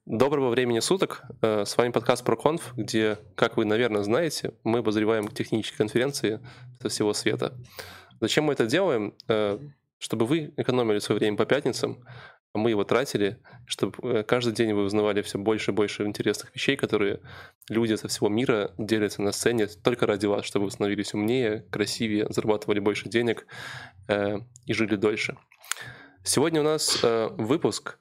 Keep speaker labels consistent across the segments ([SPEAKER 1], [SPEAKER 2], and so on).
[SPEAKER 1] Доброго времени суток. С вами подкаст ProConf, где, как вы, наверное, знаете, мы обозреваем технические конференции со всего света. Зачем мы это делаем? Чтобы вы экономили свое время по пятницам, а мы его тратили, чтобы каждый день вы узнавали все больше и больше интересных вещей, которые люди со всего мира делятся на сцене только ради вас, чтобы вы становились умнее, красивее, зарабатывали больше денег и жили дольше. Сегодня у нас выпуск,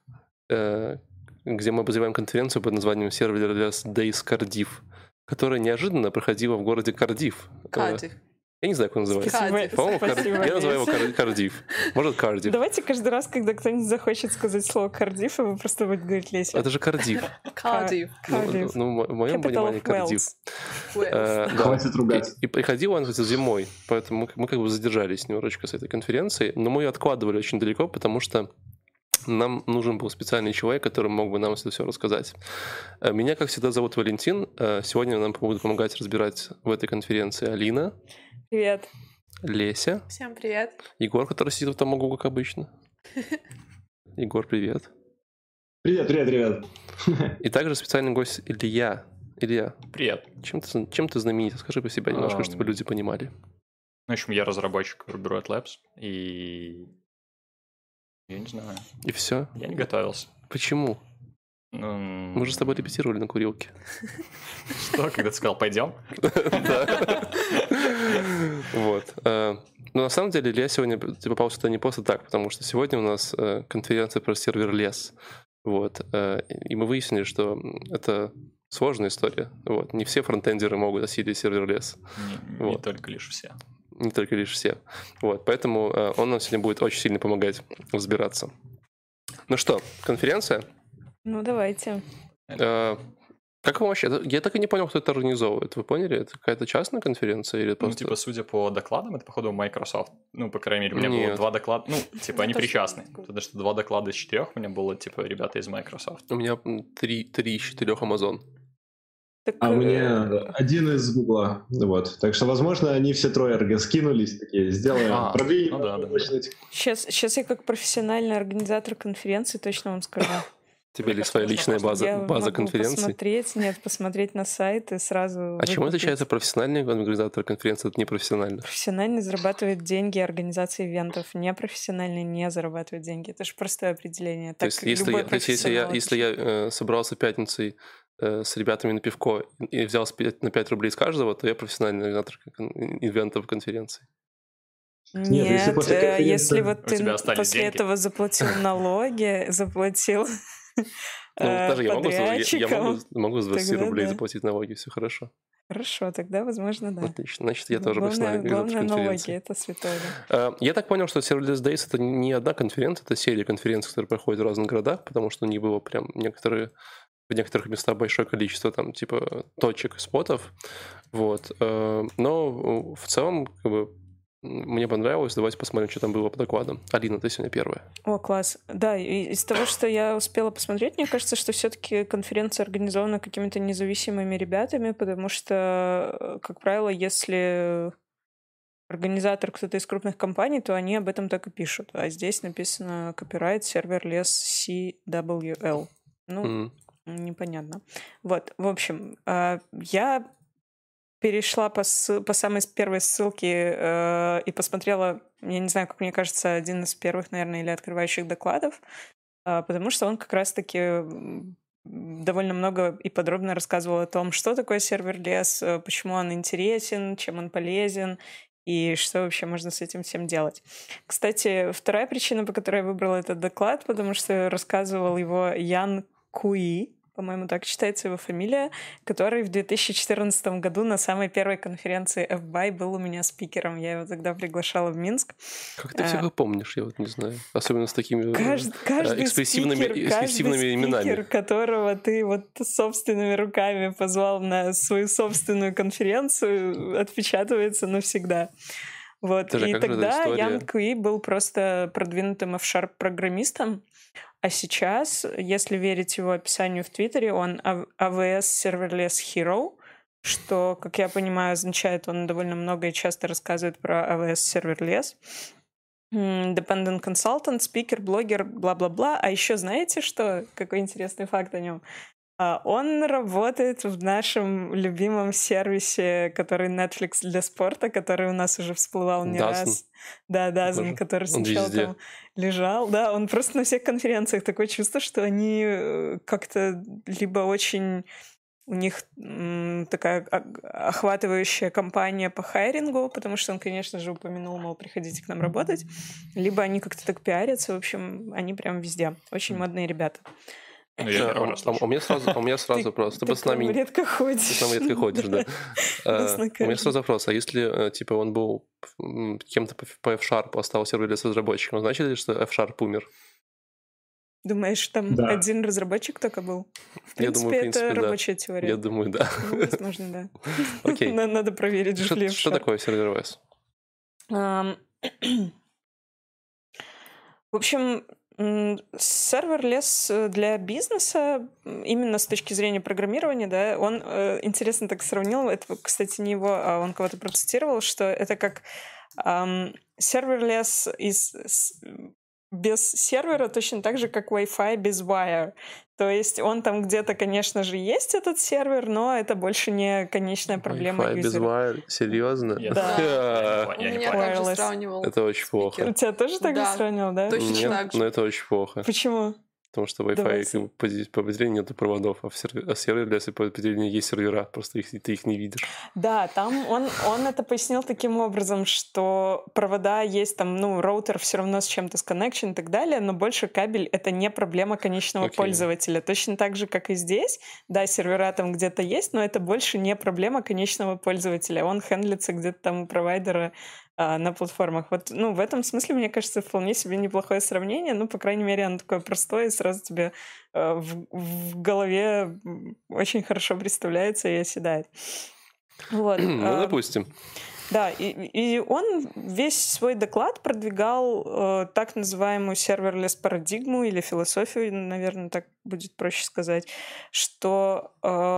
[SPEAKER 1] где мы обозреваем конференцию под названием Serverless Days Cardiff, которая неожиданно проходила в городе Кардифф.
[SPEAKER 2] Кардифф.
[SPEAKER 1] Я не знаю, как он называется.
[SPEAKER 2] По-моему,
[SPEAKER 1] я называю его Кардифф. Может, Кардифф.
[SPEAKER 3] Давайте каждый раз, когда кто-нибудь захочет сказать слово Кардифф, вы просто будете говорить Леся.
[SPEAKER 1] Это же Кардифф.
[SPEAKER 2] Кардифф.
[SPEAKER 1] Ну, в моем понимании Кардифф.
[SPEAKER 4] Хватит ругать.
[SPEAKER 1] И приходил он зимой, поэтому мы как бы задержались немножечко с этой конференцией, но мы ее откладывали очень далеко, потому что нам нужен был специальный человек, который мог бы нам это все рассказать. Меня, как всегда, зовут Валентин. Сегодня нам будут помогать разбирать в этой конференции Алина.
[SPEAKER 3] Привет.
[SPEAKER 1] Леся.
[SPEAKER 2] Всем привет.
[SPEAKER 1] Егор, который сидит в том углу, как обычно. Егор, привет.
[SPEAKER 4] Привет.
[SPEAKER 1] И также специальный гость Илья. Илья.
[SPEAKER 5] Привет.
[SPEAKER 1] Чем ты знаменит? Скажи про себя немножко, чтобы люди понимали.
[SPEAKER 5] В общем, я разработчик в Ruby Labs, и... Я не знаю.
[SPEAKER 1] И все?
[SPEAKER 5] Я не готовился.
[SPEAKER 1] Почему? Мы же с тобой репетировали на курилке.
[SPEAKER 5] Что, когда ты сказал «пойдем»?
[SPEAKER 1] Да. Вот. Но на самом деле Илья сегодня попал сюда не просто так, потому что сегодня у нас конференция про серверлесс. Вот. И мы выяснили, что это сложная история. Вот. Не все фронтендеры могут осилить серверлесс.
[SPEAKER 5] Не только лишь все.
[SPEAKER 1] Не только лишь все. Вот, поэтому он нам сегодня будет очень сильно помогать разбираться. Ну что, конференция?
[SPEAKER 3] Ну, давайте.
[SPEAKER 1] Как вам вообще? Я так и не понял, кто это организовывает. Вы поняли? Это какая-то частная конференция или просто...
[SPEAKER 5] Ну, типа, судя по докладам, это, походу, Microsoft. Ну, по крайней мере, у меня было 2 доклада. Ну, типа, они причастны. Потому что 2 доклада из 4 у меня было, типа, ребята из Microsoft.
[SPEAKER 1] У меня 3 из 4 Amazon.
[SPEAKER 4] А у меня один из Гугла. Вот. Так что, возможно, они все трое скинулись, такие, сделаем, продвинем.
[SPEAKER 5] Ну да.
[SPEAKER 3] Сейчас я как профессиональный организатор конференции точно вам скажу.
[SPEAKER 1] Тебе ли своя личная база конференций?
[SPEAKER 3] Посмотреть на сайт и сразу...
[SPEAKER 1] А чем отличается профессиональный организатор конференции от непрофессиональных?
[SPEAKER 3] Профессиональный зарабатывает деньги организации ивентов, непрофессиональный не зарабатывает деньги. Это же простое определение.
[SPEAKER 1] То есть если я собрался пятницей с ребятами на пивко и взял на 5 рублей с каждого, то я профессиональный организатор ивентов конференции.
[SPEAKER 3] Нет, если вот ты после этого заплатил налоги, заплатил
[SPEAKER 1] даже я
[SPEAKER 3] подрядчикам,
[SPEAKER 1] могу с 20 рублей заплатить налоги, все хорошо.
[SPEAKER 3] Хорошо, тогда, возможно, да.
[SPEAKER 1] Отлично, значит, я тоже профессиональный организатор конференции.
[SPEAKER 3] Налоги, это святое.
[SPEAKER 1] Я так понял, что Serverless Days — это не одна конференция, это серия конференций, которые проходят в разных городах, потому что у них было прям в некоторых местах большое количество там типа точек, спотов. Вот. Но в целом как бы мне понравилось. Давайте посмотрим, что там было по докладам. Алина, ты сегодня первая.
[SPEAKER 3] О, класс. Да, и из того, что я успела посмотреть, мне кажется, что все-таки конференция организована какими-то независимыми ребятами, потому что, как правило, если организатор кто-то из крупных компаний, то они об этом так и пишут. А здесь написано copyright serverless CWL. Ну, непонятно. Вот, в общем, я перешла по самой первой ссылке и посмотрела, я не знаю, как мне кажется, один из первых, наверное, или открывающих докладов, потому что он как раз-таки довольно много и подробно рассказывал о том, что такое серверлесс, почему он интересен, чем он полезен и что вообще можно с этим всем делать. Кстати, вторая причина, по которой я выбрала этот доклад, потому что рассказывал его Ян Куи, по-моему, так читается его фамилия, который в 2014 году на самой первой конференции FBuy был у меня спикером. Я его тогда приглашала в Минск.
[SPEAKER 1] Как ты всегда помнишь, я вот не знаю. Особенно с такими
[SPEAKER 3] каждый
[SPEAKER 1] экспрессивными именами.
[SPEAKER 3] Спикер, которого ты вот собственными руками позвал на свою собственную конференцию, отпечатывается навсегда. Вот. И тогда Ян Куи был просто продвинутым F#-программистом, а сейчас, если верить его описанию в Твиттере, он AWS Serverless Hero, что, как я понимаю, означает, он довольно много и часто рассказывает про AWS Serverless. Dependent consultant, спикер, блогер, бла-бла-бла. А еще знаете что? Какой интересный факт о нем? Он работает в нашем любимом сервисе, который Netflix для спорта, который у нас уже всплывал не раз. Да, Дазн, который сначала там лежал. Да, он просто на всех конференциях. Такое чувство, что они как-то либо очень... У них такая охватывающая кампания по хайрингу, потому что он, конечно же, упомянул, мол, приходите к нам работать. Либо они как-то так пиарятся. В общем, они прям везде. Очень модные ребята.
[SPEAKER 1] У меня сразу вопрос. Ты с нами
[SPEAKER 3] редко ходишь.
[SPEAKER 1] Ты с нами редко ходишь, да. У меня сразу вопрос. А если, типа, он был кем-то по F-Sharp, стал серверлес разработчиком, значит ли, что F-Sharp умер?
[SPEAKER 3] Думаешь, там один разработчик только был? В принципе, это рабочая теория.
[SPEAKER 1] Я думаю, да.
[SPEAKER 3] Возможно, да.
[SPEAKER 1] Окей.
[SPEAKER 3] Надо проверить, жив ли F-Sharp.
[SPEAKER 1] Что такое сервер-OS?
[SPEAKER 3] В общем... Серверлес для бизнеса, именно с точки зрения программирования, да, он интересно так сравнил, это, кстати, не его, а он кого-то процитировал, что это как серверлес без сервера точно так же, как Wi-Fi без wire. То есть он там где-то, конечно же, есть этот сервер, но это больше не конечная проблема
[SPEAKER 1] Wi-Fi без wire? Серьезно?
[SPEAKER 2] Да. У меня также сравнивал.
[SPEAKER 1] Это очень плохо.
[SPEAKER 3] У тебя тоже так же сравнивал, да?
[SPEAKER 2] Точно так же.
[SPEAKER 1] Но это очень плохо.
[SPEAKER 3] Почему?
[SPEAKER 1] Потому что Wi-Fi по определению нету проводов, а в серверлесе по определению есть сервера, просто ты их не видишь.
[SPEAKER 3] Да, там он это пояснил таким образом, что провода есть там, роутер все равно с чем-то сконнекчен и так далее, но больше кабель — это не проблема конечного пользователя. Точно так же, как и здесь. Да, сервера там где-то есть, но это больше не проблема конечного пользователя. Он хендлится где-то там у провайдера на платформах. Вот, в этом смысле, мне кажется, вполне себе неплохое сравнение. По крайней мере, оно такое простое, и сразу тебе в голове очень хорошо представляется и оседает. Вот.
[SPEAKER 1] Допустим.
[SPEAKER 3] Да, и он весь свой доклад продвигал так называемую серверлес парадигму или философию, наверное, так будет проще сказать, что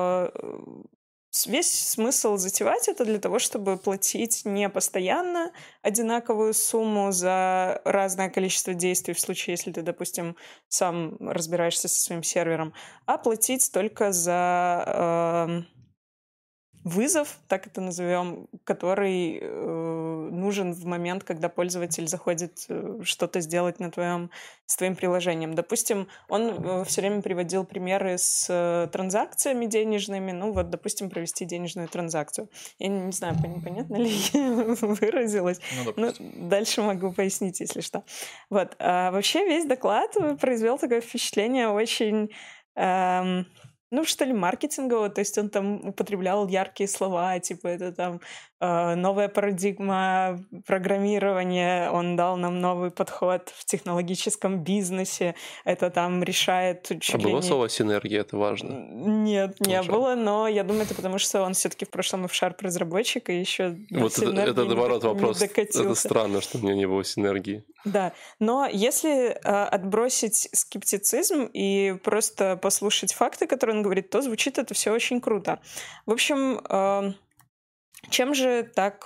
[SPEAKER 3] весь смысл затевать это для того, чтобы платить не постоянно одинаковую сумму за разное количество действий, в случае, если ты, допустим, сам разбираешься со своим сервером, а платить только за вызов, так это назовем, который нужен в момент, когда пользователь заходит что-то сделать с твоим приложением. Допустим, он все время приводил примеры с транзакциями денежными. Допустим, провести денежную транзакцию. Я не знаю, понятно ли я выразилась. Дальше могу пояснить, если что. Вот. А вообще весь доклад произвел такое впечатление очень... что ли, маркетингового, то есть он там употреблял яркие слова, типа это там новая парадигма программирования, он дал нам новый подход в технологическом бизнесе, это там решает...
[SPEAKER 1] было слово «синергия», это важно?
[SPEAKER 3] Нет, не было, но я думаю, это потому, что он все-таки в прошлом F-Sharp разработчик, и еще
[SPEAKER 1] вот это наоборот вопрос, это странно, что у меня не было синергии.
[SPEAKER 3] Да, но если отбросить скептицизм и просто послушать факты, которые он говорит, то звучит это все очень круто. В общем, чем же так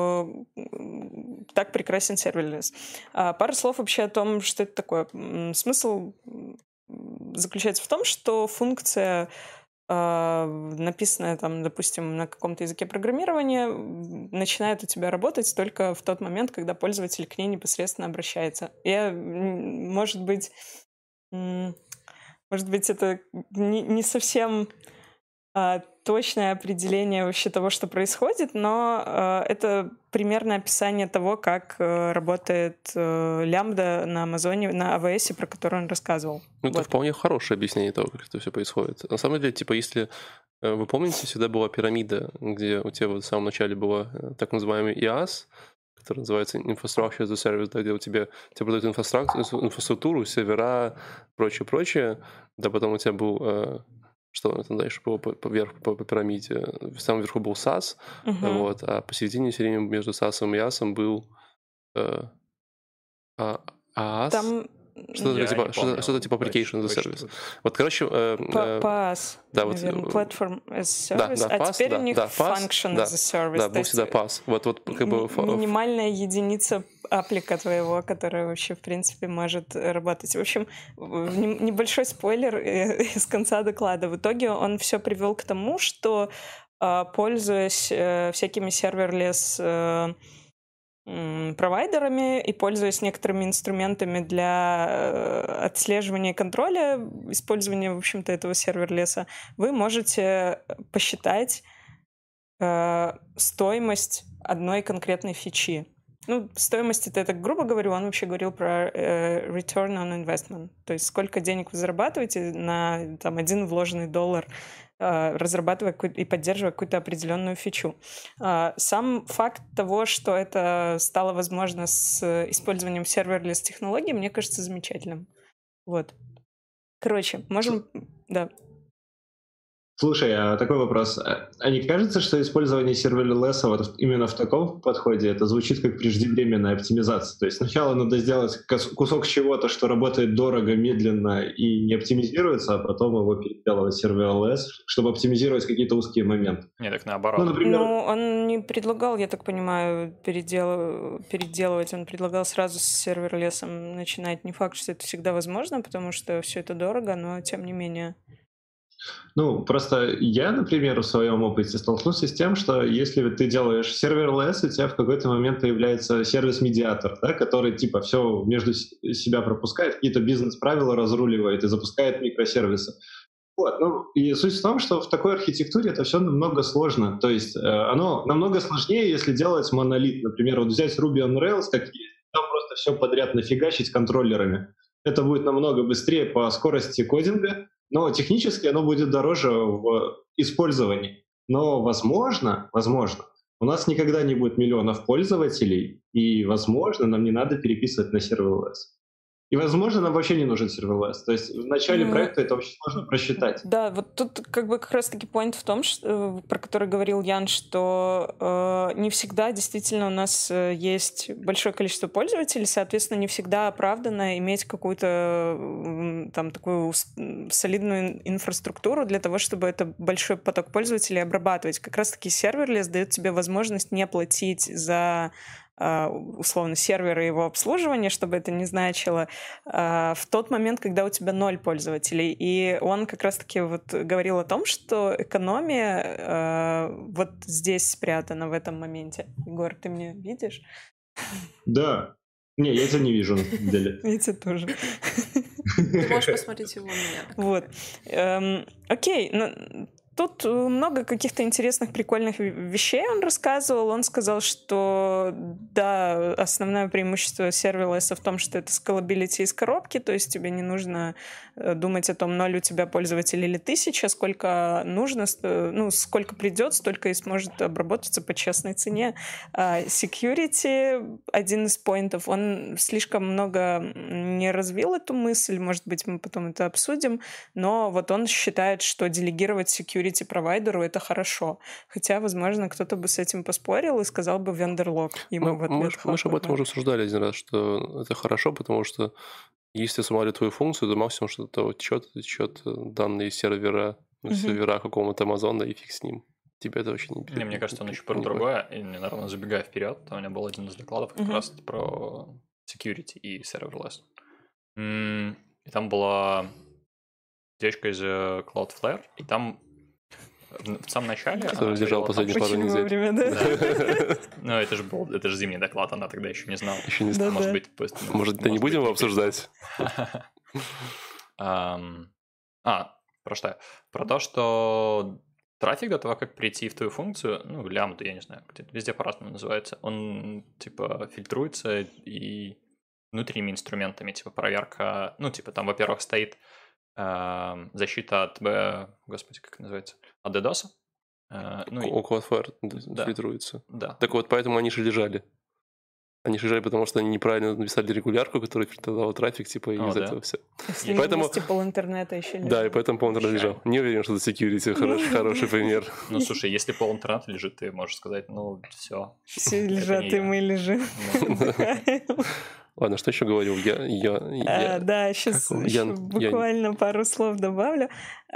[SPEAKER 3] прекрасен серверлес? Пару слов вообще о том, что это такое. Смысл заключается в том, что функция, написанная там, допустим, на каком-то языке программирования, начинает у тебя работать только в тот момент, когда пользователь к ней непосредственно обращается. Может быть, это не совсем точное определение вообще того, что происходит, но это примерное описание того, как работает лямбда на Амазоне, на AWS, про который он рассказывал.
[SPEAKER 1] Это вполне хорошее объяснение того, как это все происходит. На самом деле, если вы помните, всегда была пирамида, где у тебя в самом начале была так называемый IaaS, который называется Infrastructure as a Service, да, где тебе продают инфраструктуру, сервера, прочее, да, потом у тебя был... Что там дальше было по пирамиде? В самом верху был SaaS, вот, а посередине все время между SaaS и IaaS был IaaS. Что-то типа application as a service. Вот, короче...
[SPEAKER 3] PaaS, наверное, Platform as a Service, а теперь у них Function as a Service.
[SPEAKER 1] Да, был всегда PaaS. Вот как бы...
[SPEAKER 3] Минимальная единица апплика твоего, которая вообще, в принципе, может работать. В общем, небольшой спойлер из конца доклада. В итоге он все привел к тому, что, пользуясь всякими серверлесс провайдерами и пользуясь некоторыми инструментами для отслеживания и контроля использования, в общем-то, этого серверлесса, вы можете посчитать стоимость одной конкретной фичи. Ну, стоимость, это так грубо говорю, он вообще говорил про return on investment, то есть сколько денег вы зарабатываете на там, один вложенный $1, разрабатывая и поддерживая какую-то определенную фичу. Сам факт того, что это стало возможно с использованием серверлесс технологий, мне кажется замечательным. Вот. Короче, можем... Да.
[SPEAKER 4] Слушай, а такой вопрос. А не кажется, что использование серверлесса вот именно в таком подходе, это звучит как преждевременная оптимизация? То есть сначала надо сделать кусок чего-то, что работает дорого, медленно и не оптимизируется, а потом его переделывать в серверлесс, чтобы оптимизировать какие-то узкие моменты.
[SPEAKER 5] Не, так наоборот.
[SPEAKER 4] Ну, например...
[SPEAKER 3] он не предлагал, я так понимаю, переделывать. Он предлагал сразу с серверлессом начинать. Не факт, что это всегда возможно, потому что все это дорого, но тем не менее...
[SPEAKER 4] Ну, просто я, например, в своем опыте столкнулся с тем, что если ты делаешь серверлесс, у тебя в какой-то момент появляется сервис-медиатор, да, который типа все между себя пропускает, какие-то бизнес-правила разруливает и запускает микросервисы. Вот, ну, и суть в том, что в такой архитектуре это все намного сложно. То есть оно намного сложнее, если делать монолит. Например, вот взять Ruby on Rails, как есть, там просто все подряд нафигачить контроллерами. Это будет намного быстрее по скорости кодинга, но технически оно будет дороже в использовании. Но возможно, у нас никогда не будет миллионов пользователей, и, возможно, нам не надо переписывать на серверлесс. И, возможно, нам вообще не нужен серверлесс. То есть в начале проекта это очень сложно просчитать.
[SPEAKER 3] Да, вот тут как раз-таки поинт в том, что, про который говорил Ян, что не всегда действительно у нас есть большое количество пользователей, соответственно, не всегда оправданно иметь какую-то там такую солидную инфраструктуру для того, чтобы это большой поток пользователей обрабатывать. Как раз-таки серверлесс дает тебе возможность не платить за условно сервер и его обслуживание, чтобы это не значило, в тот момент, когда у тебя 0 пользователей. И он как раз-таки вот говорил о том, что экономия вот здесь спрятана в этом моменте. Егор, ты меня видишь?
[SPEAKER 4] Да. Не, я тебя не вижу, на самом деле.
[SPEAKER 3] Я тебя тоже.
[SPEAKER 2] Ты можешь посмотреть его у меня.
[SPEAKER 3] Вот. Окей, тут много каких-то интересных, прикольных вещей он рассказывал. Он сказал, что да, основное преимущество серверлесса в том, что это scalability из коробки, то есть тебе не нужно думать о том, 0 у тебя пользователей или 1000, сколько нужно, ну, сколько придет, столько и сможет обработаться по честной цене. Security, один из поинтов, он слишком много не развил эту мысль, может быть, мы потом это обсудим, но вот он считает, что делегировать security провайдеру это хорошо. Хотя, возможно, кто-то бы с этим поспорил и сказал бы vendor-lock.
[SPEAKER 1] Мы же об этом уже обсуждали один раз, что это хорошо, потому что если смотрит твою функцию, то максимум что-то течет данные сервера, сервера какого-то Амазона и фиг с ним. Тебя это вообще не...
[SPEAKER 5] Мне кажется, он еще про другое, и, наверное, забегая вперед, у меня был один из докладов как раз про security и serverless. И там была девочка из Cloudflare, и там в самом начале...
[SPEAKER 1] Который держал последние пару недель.
[SPEAKER 5] Да. Ну, это же зимний доклад, она тогда еще не знала.
[SPEAKER 1] Еще не знала.
[SPEAKER 5] Может быть,
[SPEAKER 1] может, не будем его обсуждать?
[SPEAKER 5] Про что? Про то, что трафик до того, как прийти в твою функцию, ну, лямбда, я не знаю, везде по-разному называется, он, типа, фильтруется и внутренними инструментами, типа, проверка, ну, типа, там, во-первых, стоит защита от, господи, как это называется, от DDoS.
[SPEAKER 1] У Cloudflare фильтруется. Да. Так вот, поэтому они же лежали. Они шижали, потому что они неправильно написали регулярку, которая фильтровала трафик, типа, и из этого все.
[SPEAKER 3] Если
[SPEAKER 1] Поэтому...
[SPEAKER 3] пол интернета еще лежит.
[SPEAKER 1] Да, и поэтому пол интернета лежал. Не уверен, что это security хороший пример.
[SPEAKER 5] Ну, слушай, если пол интернета лежит, ты можешь сказать, ну, все.
[SPEAKER 3] Все лежат, и мы лежим.
[SPEAKER 1] Ладно, что еще говорил?
[SPEAKER 3] Да, сейчас буквально пару слов добавлю.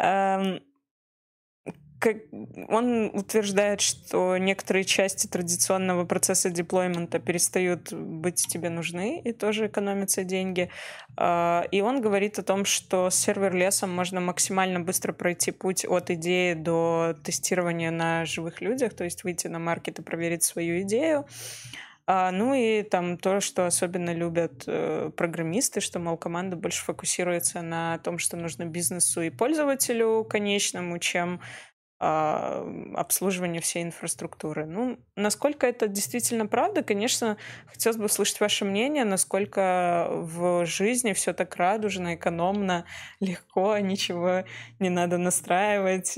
[SPEAKER 3] Он утверждает, что некоторые части традиционного процесса деплоймента перестают быть тебе нужны и тоже экономятся деньги. И он говорит о том, что с серверлесом можно максимально быстро пройти путь от идеи до тестирования на живых людях, то есть выйти на маркет и проверить свою идею. Ну и там то, что особенно любят программисты, что, мол, команда больше фокусируется на том, что нужно бизнесу и пользователю конечному, чем обслуживание всей инфраструктуры. Ну, насколько это действительно правда, конечно, хотелось бы услышать ваше мнение, насколько в жизни все так радужно, экономно, легко, ничего не надо настраивать,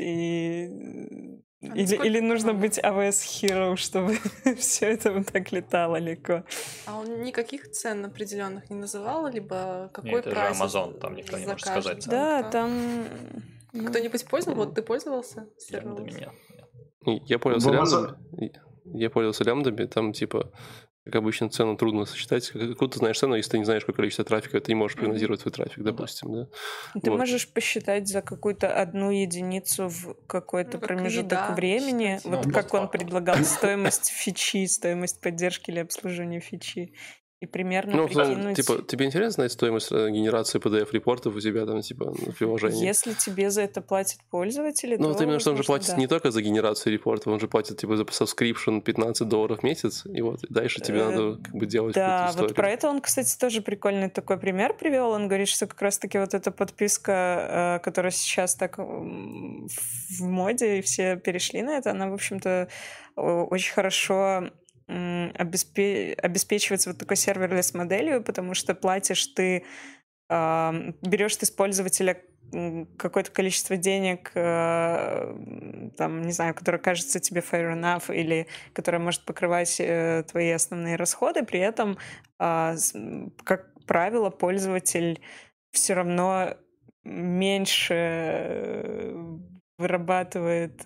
[SPEAKER 3] или нужно быть AWS Hero, чтобы все это вот так летало легко.
[SPEAKER 2] А он никаких цен определенных не называл, либо какой
[SPEAKER 5] это
[SPEAKER 2] прайс?
[SPEAKER 5] Это же Amazon, там никто не может сказать.
[SPEAKER 3] Да, там...
[SPEAKER 2] Кто-нибудь пользовался? Вот ты пользовался?
[SPEAKER 5] Лямбдами?
[SPEAKER 1] Я пользовался лямбдами, там типа, как обычно, цену трудно сосчитать. Как ты знаешь цену, если ты не знаешь, какое количество трафика, ты не можешь прогнозировать свой трафик, допустим. Да?
[SPEAKER 3] Ты можешь посчитать за какую-то одну единицу в какой-то промежуток времени, вот как он предлагал, стоимость фичи, стоимость поддержки или обслуживания фичи. И примерно прикинуть...
[SPEAKER 1] Типа, тебе интересно знать стоимость генерации PDF-репортов у тебя там, типа, в приложении?
[SPEAKER 3] Если тебе за это платят пользователи,
[SPEAKER 1] то... Ну, именно, что он же платит
[SPEAKER 3] да.
[SPEAKER 1] не только за генерацию репортов, он же платит, типа, за subscription $15 в месяц, и вот, дальше тебе надо, как бы, делать
[SPEAKER 3] да,
[SPEAKER 1] историю.
[SPEAKER 3] вот про это он, кстати, тоже прикольный такой пример привел. Он говорит, что как раз-таки вот эта подписка, которая сейчас так в моде, и все перешли на это, она, в общем-то, очень хорошо... обеспечивается вот такой серверлес моделью, потому что платишь ты, берешь ты с пользователя какое-то количество денег, там, не знаю, которое кажется тебе fair enough или которое может покрывать твои основные расходы, при этом, как правило, пользователь все равно меньше вырабатывает...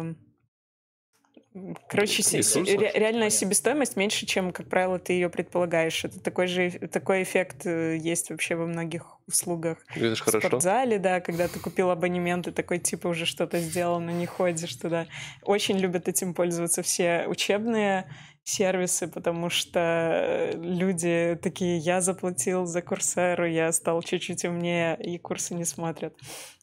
[SPEAKER 3] Короче, реальная себестоимость меньше, чем, как правило, ты ее предполагаешь. Это такой эффект есть вообще во многих услугах.
[SPEAKER 1] Это же хорошо.
[SPEAKER 3] В спортзале, да, когда ты купил абонемент, и такой, типа, уже что-то сделал, но не ходишь туда. Очень любят этим пользоваться все учебные сервисы, потому что люди такие, я заплатил за Курсеру, я стал чуть-чуть умнее, и курсы не смотрят.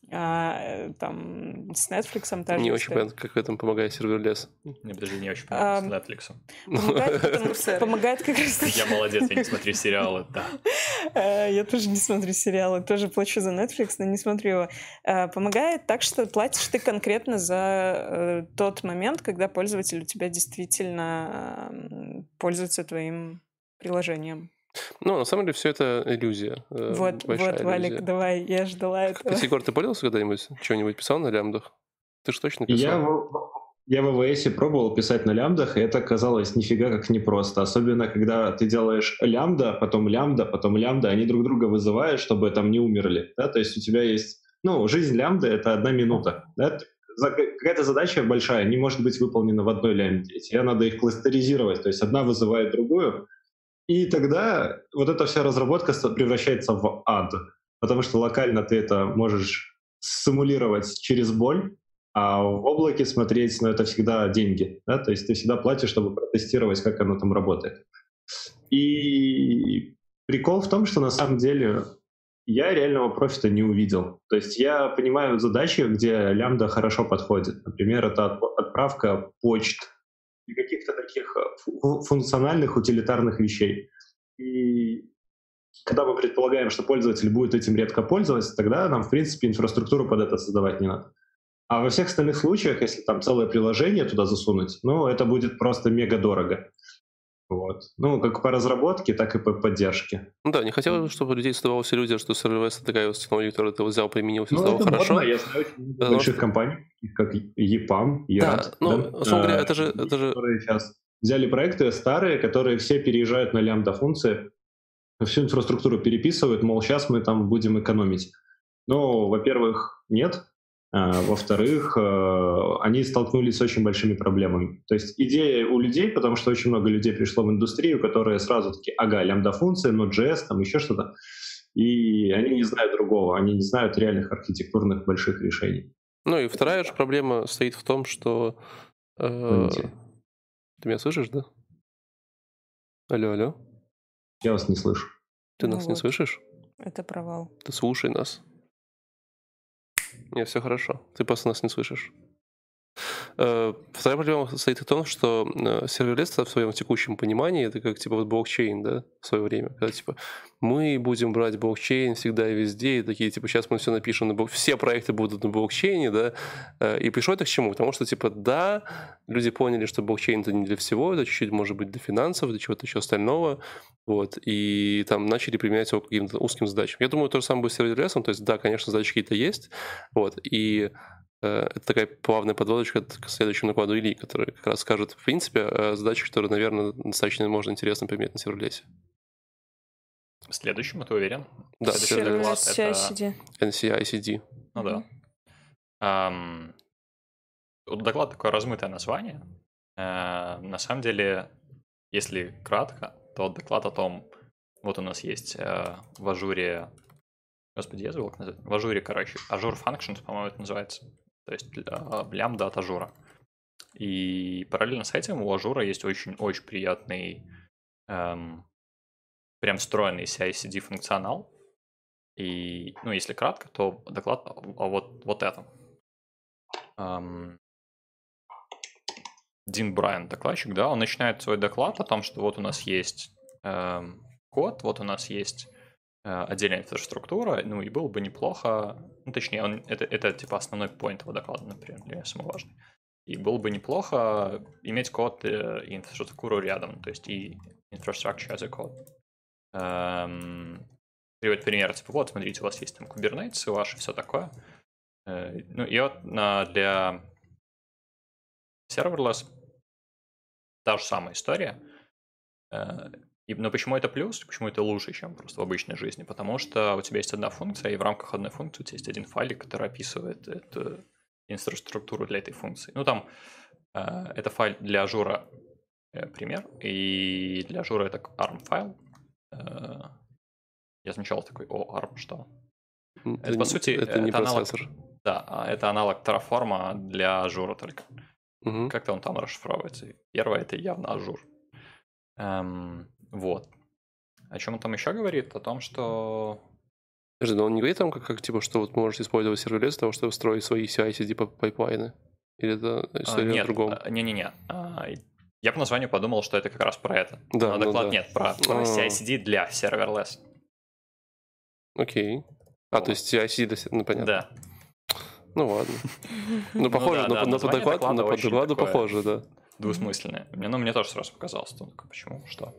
[SPEAKER 3] Там с Netflix также.
[SPEAKER 1] Не очень понятно, как в этом помогает серверлес.
[SPEAKER 5] Не, подожди, не очень понятно с
[SPEAKER 3] Netflix. Помогает как раз таки.
[SPEAKER 5] Я молодец, я не смотрю сериалы, да.
[SPEAKER 3] Я тоже не смотрю сериалы, тоже плачу за Netflix, но не смотрю его. Помогает так, что платишь ты конкретно за тот момент, когда пользователь у тебя действительно пользуется твоим приложением.
[SPEAKER 1] Ну, на самом деле, все это иллюзия.
[SPEAKER 3] Вот, Валик, давай, я ждала этого.
[SPEAKER 1] Егор, ты пользовался когда-нибудь? Что-нибудь писал на лямбдах? Ты же точно писал?
[SPEAKER 4] Я в АВС пробовал писать на лямбдах, и это казалось нифига как непросто. Особенно, когда ты делаешь лямбда, потом лямбда, они друг друга вызывают, чтобы там не умерли. Да? То есть у тебя есть... Ну, жизнь лямбды — это 1 минута. Да? Какая-то задача большая не может быть выполнена в одной лямбде. Тебе надо их кластеризировать, то есть одна вызывает другую. И тогда вот эта вся разработка превращается в ад, потому что локально ты это можешь симулировать через боль, а в облаке смотреть, это всегда деньги, да? То есть ты всегда платишь, чтобы протестировать, как оно там работает. И прикол в том, что на самом деле я реального профита не увидел. То есть я понимаю задачи, где лямбда хорошо подходит. Например, это отправка почт, и каких-то таких функциональных, утилитарных вещей. И когда мы предполагаем, что пользователь будет этим редко пользоваться, тогда нам, в принципе, инфраструктуру под это создавать не надо. А во всех остальных случаях, если там целое приложение туда засунуть, это будет просто мега дорого. Вот. Как по разработке, так и по поддержке.
[SPEAKER 1] Да, не хотелось, чтобы у людей создавалась иллюзия, что сервис — это такая технология, которую ты взял, применил, все стало хорошо.
[SPEAKER 4] Модно. Я знаю очень больших компаний, как EPAM,
[SPEAKER 1] ERAD. Да, условно говоря, это же...
[SPEAKER 4] взяли проекты старые, которые все переезжают на лямбда-функции, всю инфраструктуру переписывают, мол, сейчас мы там будем экономить. Но, во-первых, нет. Во-вторых, они столкнулись с очень большими проблемами. То есть идея у людей, потому что очень много людей пришло в индустрию, которые сразу такие, ага, лямбда-функция, Node.js, там еще что-то. И они не знают другого, они не знают реальных архитектурных больших решений.
[SPEAKER 1] Ну и вторая же проблема стоит в том, что...
[SPEAKER 4] Извините.
[SPEAKER 1] Ты меня слышишь, да? Алло.
[SPEAKER 4] Я вас не слышу.
[SPEAKER 1] Ты
[SPEAKER 3] Ну
[SPEAKER 1] нас не
[SPEAKER 3] вот.
[SPEAKER 1] слышишь?
[SPEAKER 3] Это провал.
[SPEAKER 1] Ты слушай нас. Нет, все хорошо. Ты просто нас не слышишь. Вторая проблема состоит в том, что серверлес в своем текущем понимании это как типа вот блокчейн, да, в свое время, когда типа мы будем брать блокчейн всегда и везде, и такие типа сейчас мы все напишем, все проекты будут на блокчейне, да, и пришло это к чему? Потому что типа да, люди поняли, что блокчейн это не для всего, это чуть-чуть может быть для финансов, для чего-то еще остального, вот, и там начали применять его к каким-то узким задачам. Я думаю, то же самое будет с серверлесом, то есть да, конечно, задачи какие-то есть, вот, и это такая плавная подводочка к следующему накладу Ильи, который как раз скажет, в принципе, задачи, которые, наверное, достаточно можно интересно применять на серверлесе.
[SPEAKER 5] Следующему, ты уверен?
[SPEAKER 1] Да,
[SPEAKER 5] Следующий доклад — это
[SPEAKER 3] CI/CD.
[SPEAKER 1] NCI/CD.
[SPEAKER 5] Ну да. Доклад такое размытое название. На самом деле, если кратко, то доклад о том, вот у нас есть в ажуре, господи, я забыл, как называется, в ажуре, короче, Azure Functions, по-моему, это называется, то есть лямбда от ажура. И параллельно с этим у ажура есть очень-очень приятный, прям встроенный CI/CD функционал. И, ну, если кратко, то доклад о вот этом. Дин Брайан, докладчик, да, он начинает свой доклад о том, что вот у нас есть код, вот у нас есть отдельная инфраструктура, ну и было бы неплохо, ну точнее, это типа основной поинт его доклада, например, для меня самый важный. И было бы неплохо иметь код и инфраструктуру рядом, то есть и infrastructure as a code. Приводит пример, типа вот, смотрите, у вас есть там Kubernetes, ваше все такое. Ну и вот для serverless та же самая история. Но почему это плюс? Почему это лучше, чем просто в обычной жизни? Потому что у тебя есть одна функция, и в рамках одной функции у тебя есть один файлик, который описывает эту инфраструктуру для этой функции. Ну, там это файл для Ажура, пример, и для Ажура это ARM файл. Я сначала такой, ARM что? Это, по сути,
[SPEAKER 1] это не процессор.
[SPEAKER 5] Да, это аналог Terraform для Ажура только.
[SPEAKER 1] Угу.
[SPEAKER 5] Как-то он там расшифровывается. Первое — это явно Ажур. Вот. О чем он там еще говорит? О том, что...
[SPEAKER 1] Подожди, но он не говорит там, как типа, что вот можете использовать серверлес для того, чтобы строить свои CI/CD пайплайны? Или это история о другом?
[SPEAKER 5] Не-не-не. Я по названию подумал, что это как раз про это.
[SPEAKER 1] Да,
[SPEAKER 5] но доклад нет, про CI/CD для serverless.
[SPEAKER 1] Окей. То есть CI/CD для... Ну, понятно.
[SPEAKER 5] Да.
[SPEAKER 1] Ну, ладно. Ну, похоже, но по докладу похоже, да.
[SPEAKER 5] Двусмысленное. Мне тоже сразу показалось. Почему? Что?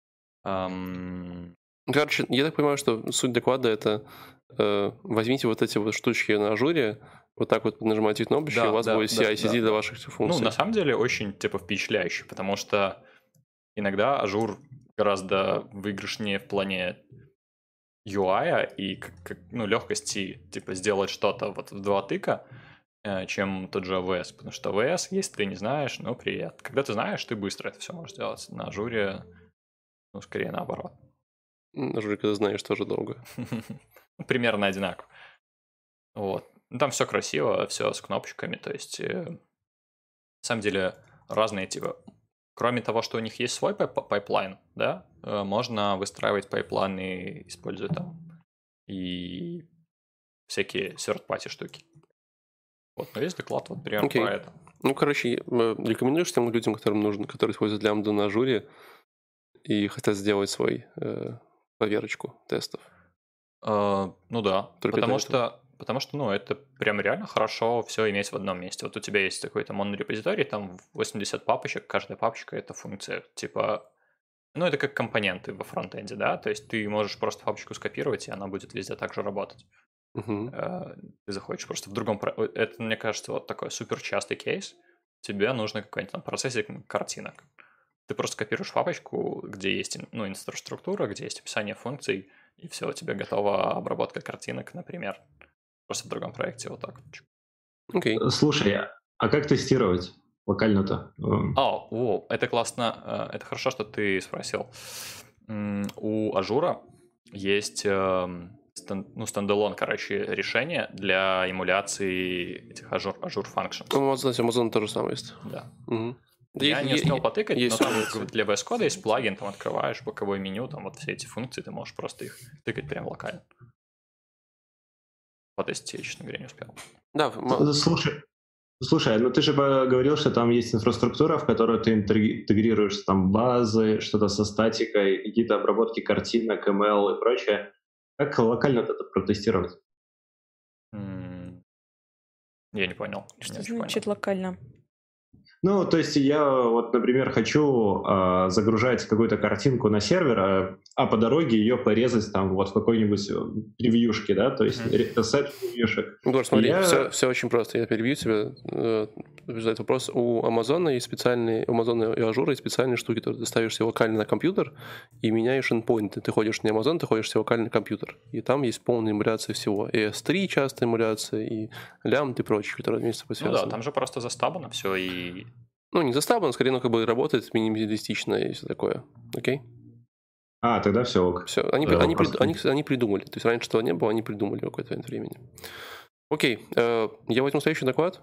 [SPEAKER 1] Короче, я так понимаю, что суть доклада — это возьмите вот эти вот штучки на ажуре, вот так вот нажимайте кнопочки, у вас будет CI/CD для ваших функций.
[SPEAKER 5] Ну, на самом деле, очень типа впечатляюще, потому что иногда ажур гораздо выигрышнее в плане UI и легкости типа сделать что-то вот в 2 тыка, чем тот же AWS, потому что AWS, если ты не знаешь, ну, привет. Когда ты знаешь, ты быстро это все можешь делать. На ажуре, ну, скорее наоборот.
[SPEAKER 1] На ажуре, когда знаешь, тоже долго.
[SPEAKER 5] Примерно одинаково. Вот. Ну, там все красиво, все с кнопочками, то есть, на самом деле, разные типа. Кроме того, что у них есть свой пайплайн, да, можно выстраивать пайплайны, используя там и всякие third-party штуки. Вот, но весь доклад вот примерно про это.
[SPEAKER 1] Ну, короче, рекомендуешь тем людям, которые используют лямбду на ажуре и хотят сделать свой проверочку тестов?
[SPEAKER 5] Ну да, потому что, ну, это прям реально хорошо все иметь в одном месте. Вот у тебя есть какой-то монорепозиторий, там 80 папочек, каждая папочка — это функция, типа, ну, это как компоненты во фронтенде, да, то есть ты можешь просто папочку скопировать, и она будет везде так же работать. Ты заходишь просто в другом... Это, мне кажется, вот такой супер частый кейс. Тебе нужно какой-нибудь там процессинг картинок. ты просто копируешь папочку, где есть инфраструктура, где есть описание функций, и все, у тебя готова обработка картинок, например. Просто в другом проекте вот так.
[SPEAKER 1] Окей.
[SPEAKER 4] Слушай, а как тестировать локально-то?
[SPEAKER 5] Это классно. Это хорошо, что ты спросил. У Ажура есть стендалон, решение для эмуляции этих Azure Functions.
[SPEAKER 1] Amazon тоже самое есть.
[SPEAKER 5] Да.
[SPEAKER 1] Угу.
[SPEAKER 5] Я не успел потыкать, но
[SPEAKER 1] есть
[SPEAKER 5] там для VS Code есть плагин, там открываешь боковое меню, там вот все эти функции, ты можешь просто их тыкать прям локально. Потестить я, честно говоря, не успел.
[SPEAKER 1] Да,
[SPEAKER 4] Слушай, ну ты же говорил, что там есть инфраструктура, в которую ты интегрируешь там базы, что-то со статикой, какие-то обработки картинок, ML и прочее. Как локально это протестировать?
[SPEAKER 5] Я не понял.
[SPEAKER 3] Что значит локально?
[SPEAKER 4] Ну, то есть я вот, например, хочу загружать какую-то картинку на сервер, а по дороге ее порезать там вот в какой-нибудь превьюшке, да, то есть сет превьюшек.
[SPEAKER 1] Гор, смотри, все очень просто. Я перебью тебя. Задать вопрос. У Амазона есть специальные, у Амазона и Ажура есть специальные штуки, которые ты ставишь себе локально на компьютер и меняешь эндпоинты. Ты ходишь не Амазон, ты ходишь себе локально на компьютер. И там есть полная эмуляция всего. И S3 часто эмуляция, и лямбд и прочее, которые вместе связаны.
[SPEAKER 5] Ну да, там же просто застабано все и...
[SPEAKER 1] Ну, не застабано, скорее, как бы работает минималистично и все такое. Окей?
[SPEAKER 4] Тогда все ок.
[SPEAKER 1] Все, они придумали. То есть раньше этого не было, они придумали в какое-то времени. Окей, я возьму следующий доклад.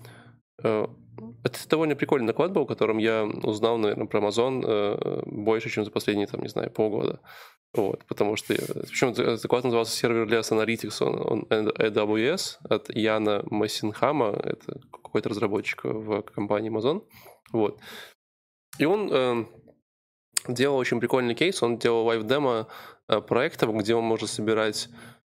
[SPEAKER 1] Это довольно прикольный доклад был, в котором я узнал, наверное, про Amazon больше, чем за последние, там, не знаю, полгода. Вот, потому что... Причем доклад назывался Serverless Analytics on AWS от Яна Массинхама. Это какой-то разработчик в компании Amazon. Вот. И он делал очень прикольный кейс. Он делал лайв-демо проектов, где он может собирать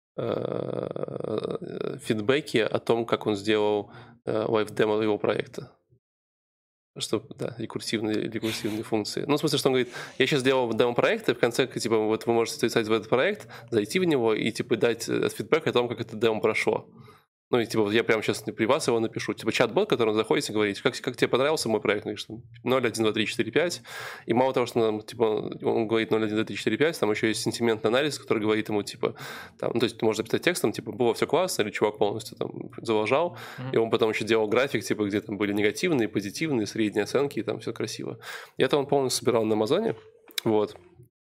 [SPEAKER 1] фидбэки о том, как он сделал лайв-демо его проекта. Чтобы, да, рекурсивные функции. Ну, в смысле, что он говорит, я сейчас сделал демо-проект, и в конце, типа, вот вы можете записать в этот проект, зайти в него и, типа, дать фидбэк о том, как это демо прошло. Ну, и, типа, я прямо сейчас при вас его напишу. Типа, чат-бот, который он заходит и говорит, как тебе понравился мой проект? Он говорит, 0, 1, 2, 3, 4, 5. И мало того, что нам, типа, он говорит 0, 1, 2, 3, 4, 5, там еще есть сентиментный анализ, который говорит ему, типа, там, ну, то есть можно записать текстом, типа, было все классно, или чувак полностью там залажал. И он потом еще делал график, типа, где там были негативные, позитивные, средние оценки, и там все красиво. И это он полностью собирал на Амазоне. Вот.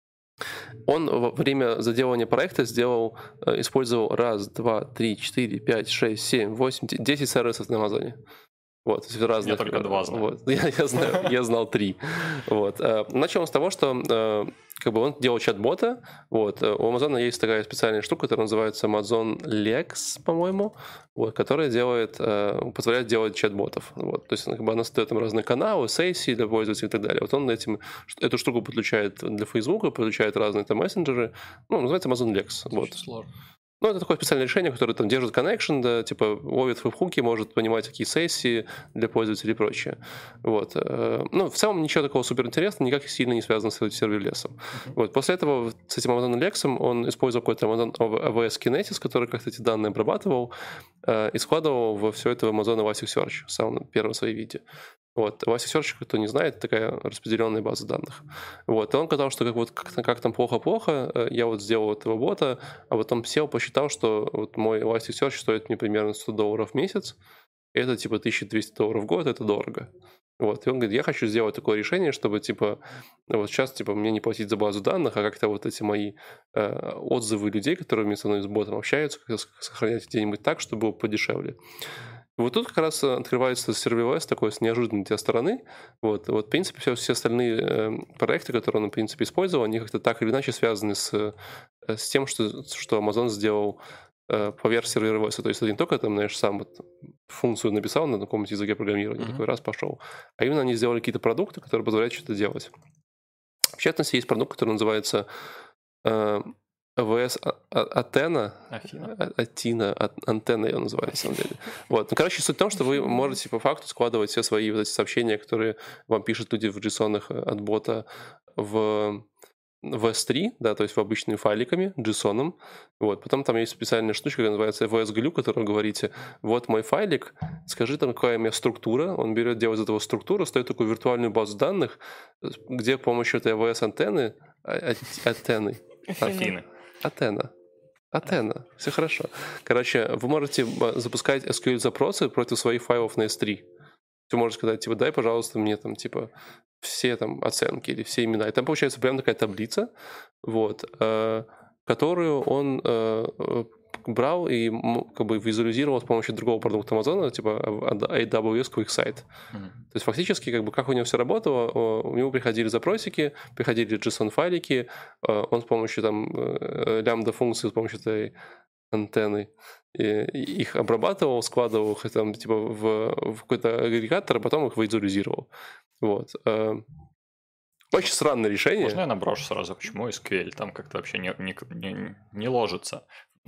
[SPEAKER 1] Он во время заделывания проекта использовал 1, 2, 3, 4, 5, 6, 7, 8, 10 сервисов на Амазоне. Вот, разных.
[SPEAKER 5] Я только 2 знаю.
[SPEAKER 1] Вот. Я знал 3. Вот. Начал он с того, что как бы он делал чат-бота. Вот. У Амазона есть такая специальная штука, которая называется Amazon Lex, по-моему, вот, которая позволяет делать чат-ботов. Вот. То есть как бы она создает там разные каналы, сессии для пользователей и так далее. Вот он эту штуку подключает для Facebook, подключает разные там мессенджеры. Ну, называется Amazon Lex. Вот.
[SPEAKER 5] Сложно.
[SPEAKER 1] Ну, это такое специальное решение, которое там держит connection, да, типа ловит веб-хуки, может понимать, какие сессии для пользователей и прочее. Вот. Ну, в целом ничего такого суперинтересного, никак сильно не связано с серверлесом. Вот. После этого с этим Amazon Lex он использовал какой-то Amazon AWS Kinesis, который как-то эти данные обрабатывал и складывал во все это в Amazon Elasticsearch в самом первом своем виде. Вот. Elasticsearch, кто не знает, такая распределенная база данных. Вот. И он сказал, что как там плохо-плохо, я вот сделал этого бота, а потом сел, посчитал, что вот мой Elasticsearch стоит мне примерно $100 в месяц, и это типа $1200 в год, это дорого. Вот. И он говорит, я хочу сделать такое решение, чтобы типа вот сейчас типа мне не платить за базу данных, а как-то вот эти мои отзывы людей, которые со мной с ботом общаются, как сохранять где-нибудь так, чтобы было подешевле. Вот тут как раз открывается серверлесс такой с неожиданной для стороны. Вот, в принципе, все остальные проекты, которые он, в принципе, использовал, они как-то так или иначе связаны с тем, что Amazon сделал поверх серверлесса. То есть это не только там, знаешь, сам вот функцию написал на каком-нибудь языке программирования, такой раз пошел, а именно они сделали какие-то продукты, которые позволяют что-то делать. В частности, есть продукт, который называется AWS Athena, антенна ее называют, на самом деле. Вот. Ну, короче, суть в том, что вы можете по факту складывать все свои вот эти сообщения, которые вам пишут люди в JSON от бота в S3, да, то есть в обычными файликами, JSON. Вот. Потом там есть специальная штучка, которая называется AWS Glue, которую вы говорите, вот мой файлик, скажи там, какая у меня структура. Он берет, делает из этого структуру, ставит такую виртуальную базу данных, где с помощью этой AWS антенны. Атена. Все хорошо. Короче, вы можете запускать SQL-запросы против своих файлов на S3. Ты можешь сказать, типа, дай, пожалуйста, мне там, типа, все там оценки или все имена. И там получается прям такая таблица, вот, которую он брал и как бы визуализировал с помощью другого продукта Amazon, типа AWS QuickSight. То есть фактически, как бы, как у него все работало, у него приходили запросики, приходили JSON-файлики, он с помощью там лямбда-функции, с помощью этой антенны их обрабатывал, складывал их там, типа, в какой-то агрегатор, а потом их визуализировал. Вот. Очень странное решение.
[SPEAKER 5] Можно я наброшу сразу, почему SQL там как-то вообще не ложится?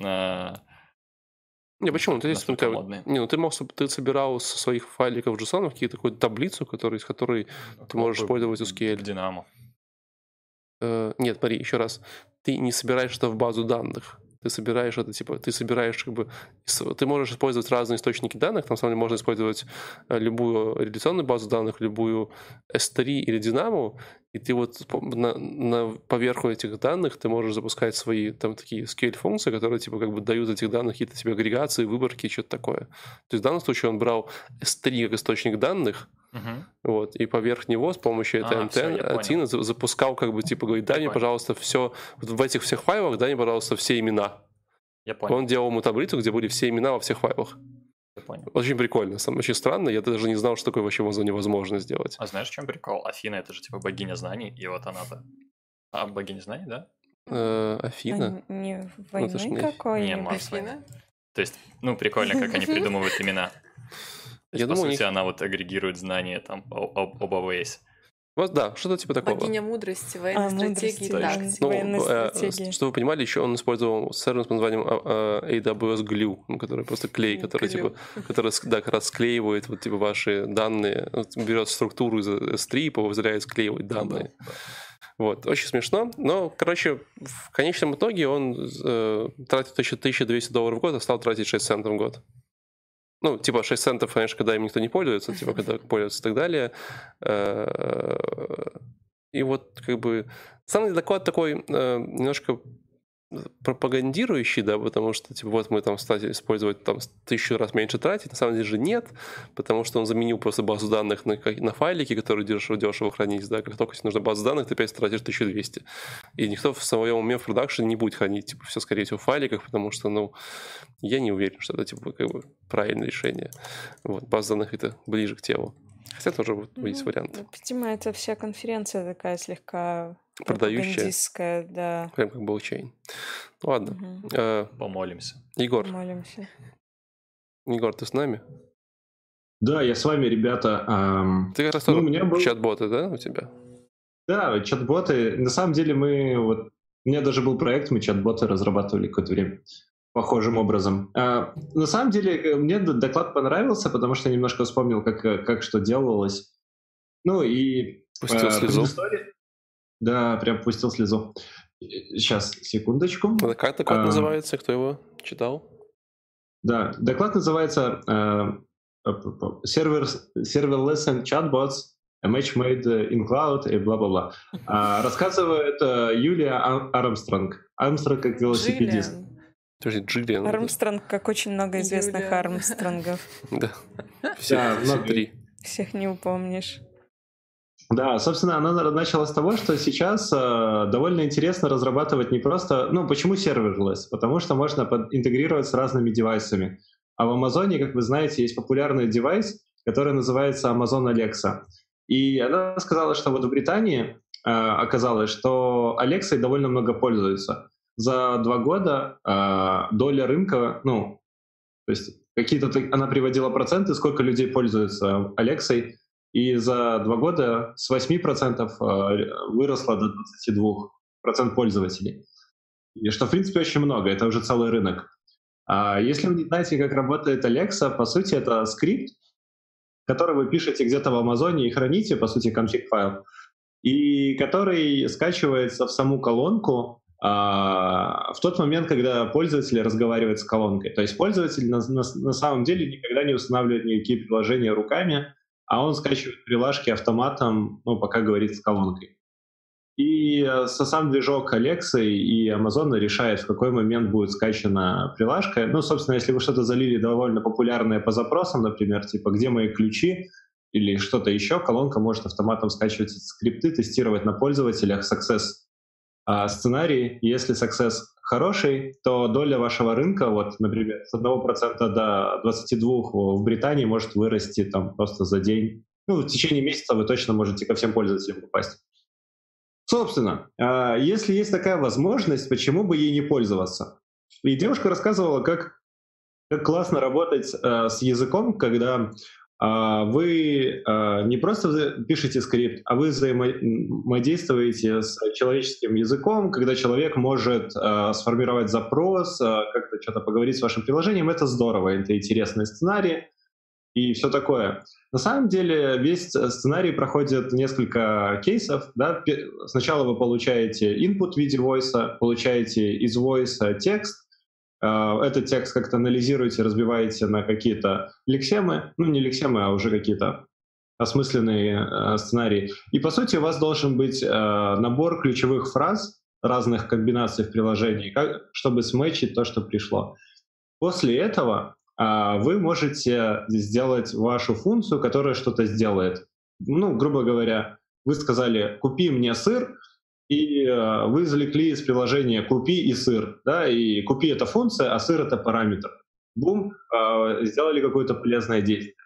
[SPEAKER 1] Не, почему? Ты ты собирал со своих файликов JSON какие-то такую таблицу, из которой ты можешь использовать SQL.
[SPEAKER 5] Dynamo.
[SPEAKER 1] Нет, смотри, еще раз. Ты не собираешь это в базу данных. Ты собираешь это, типа, как бы... Ты можешь использовать разные источники данных. На самом деле можно использовать любую реляционную базу данных, любую S3 или Dynamo, и ты вот поверху этих данных ты можешь запускать свои там такие SQL-функции, которые, типа, как бы дают этих данных какие-то тебе агрегации, выборки, что-то такое. То есть в данном случае он брал S3 как источник данных, вот, и поверх него с помощью этой антенны запускал, как бы, типа, говорит, дай мне, пожалуйста, все, вот в этих всех файлах дай мне, пожалуйста, все имена.
[SPEAKER 5] Я понял.
[SPEAKER 1] Он делал ему таблицу, где были все имена во всех файлах.
[SPEAKER 5] Я понял.
[SPEAKER 1] Очень прикольно, очень странно, я даже не знал, что такое вообще в Amazon возможно сделать.
[SPEAKER 5] А знаешь, в чем прикол? Афина — это же, типа, богиня знаний, и вот она-то... А, богиня знаний, да?
[SPEAKER 1] Афина?
[SPEAKER 3] Не войны какой-нибудь?
[SPEAKER 2] Афина?
[SPEAKER 5] То есть, ну, прикольно, как они придумывают имена.
[SPEAKER 1] Я
[SPEAKER 5] по
[SPEAKER 1] думаю,
[SPEAKER 5] сути, она вот агрегирует знания там об AWS.
[SPEAKER 1] Вот да, что-то типа такого.
[SPEAKER 2] Богиня мудрости, военной стратегии и тактики.
[SPEAKER 3] Военной стратегии.
[SPEAKER 1] Чтобы вы понимали, еще он использовал сервис под названием AWS Glue, который просто клей, который типа, который как раз склеивает вот типа ваши данные, берет структуру из S3 и позволяет склеивать данные. Вот, очень смешно, но, короче, в конечном итоге он тратит $1200 в год, а стал тратить 6 центов в год. Ну, типа 6 центов, конечно, когда им никто не пользуется, типа когда пользуются и так далее. И вот как бы... Самый доклад такой немножко пропагандирующий, да, потому что, типа, вот мы там стали использовать там 1000 раз меньше тратить, на самом деле же нет, потому что он заменил просто базу данных на файлики, которые дешево хранить, да, как только тебе нужна база данных, ты опять тратишь 1200. И никто в своем уме в продакшене не будет хранить, типа, все, скорее всего, в файликах, потому что, ну, я не уверен, что это, типа, как бы правильное решение. Вот, база данных это ближе к телу. Хотя тоже вот есть вариант.
[SPEAKER 3] Видимо, это вся конференция такая слегка
[SPEAKER 1] продающая,
[SPEAKER 3] да.
[SPEAKER 1] Прям как блокчейн. Ладно.
[SPEAKER 5] Помолимся.
[SPEAKER 1] Егор.
[SPEAKER 3] Помолимся.
[SPEAKER 1] Егор, ты с нами?
[SPEAKER 4] Да, я с вами, ребята.
[SPEAKER 1] Ты как раз тоже чат-боты, да, у тебя?
[SPEAKER 4] Да, чат-боты. На самом деле у меня даже был проект, мы чат-боты разрабатывали какое-то время похожим образом. На самом деле мне доклад понравился, потому что я немножко вспомнил, как что делалось. Ну и...
[SPEAKER 1] Пустил слезу.
[SPEAKER 4] Да, прям пустил слезу. Сейчас, секундочку.
[SPEAKER 1] Как доклад называется? Кто его читал?
[SPEAKER 4] Да, доклад называется Serverless and Chatbots, a match made in cloud и бла-бла-бла. Рассказывает Юлия Армстронг. Армстронг как велосипедист.
[SPEAKER 1] Джиллиан.
[SPEAKER 3] Армстронг, как очень много известных Армстронгов.
[SPEAKER 1] Да. Все три.
[SPEAKER 3] Всех не упомнишь.
[SPEAKER 4] Да, собственно, она начала с того, что сейчас довольно интересно разрабатывать не просто... Ну, почему serverless? Потому что можно интегрировать с разными девайсами. А в Амазоне, как вы знаете, есть популярный девайс, который называется Amazon Alexa. И она сказала, что вот в Британии оказалось, что Alexa довольно много пользуются. За 2 года доля рынка, ну, то есть она приводила проценты, сколько людей пользуются Alexa, и за 2 года с 8% выросло до 22% пользователей. И что, в принципе, очень много, это уже целый рынок. Если вы не знаете, как работает Alexa, по сути, это скрипт, который вы пишете где-то в Амазоне и храните, по сути, конфиг-файл, и который скачивается в саму колонку в тот момент, когда пользователь разговаривает с колонкой. То есть пользователь на самом деле никогда не устанавливает никакие приложения руками, а он скачивает прилажки автоматом, пока говорит с колонкой. И сам движок Alexa и Amazon решает, в какой момент будет скачана прилажка. Собственно, если вы что-то залили довольно популярное по запросам, например, типа «Где мои ключи?» или что-то еще, колонка может автоматом скачивать эти скрипты, тестировать на пользователях success сценарий. Если success хороший, то доля вашего рынка, например, с 1% до 22% в Британии может вырасти там просто за день. В течение месяца вы точно можете ко всем пользователям попасть. Собственно, если есть такая возможность, почему бы ей не пользоваться? И девушка рассказывала, как классно работать с языком, когда вы не просто пишете скрипт, а вы взаимодействуете с человеческим языком, когда человек может сформировать запрос, как-то что-то поговорить с вашим приложением. Это здорово, это интересный сценарий и все такое. На самом деле весь сценарий проходит несколько кейсов. Да? Сначала вы получаете input в виде voice, получаете из voice текст. Этот текст как-то анализируете, разбиваете на какие-то лексемы, не лексемы, а уже какие-то осмысленные сценарии. И, по сути, у вас должен быть набор ключевых фраз, разных комбинаций в приложении, чтобы сметчить то, что пришло. После этого вы можете сделать вашу функцию, которая что-то сделает. Грубо говоря, вы сказали «купи мне сыр», и вы извлекли из приложения «купи» и «сыр». Да? И «купи» — это функция, а «сыр» — это параметр. Бум, сделали какое-то полезное действие.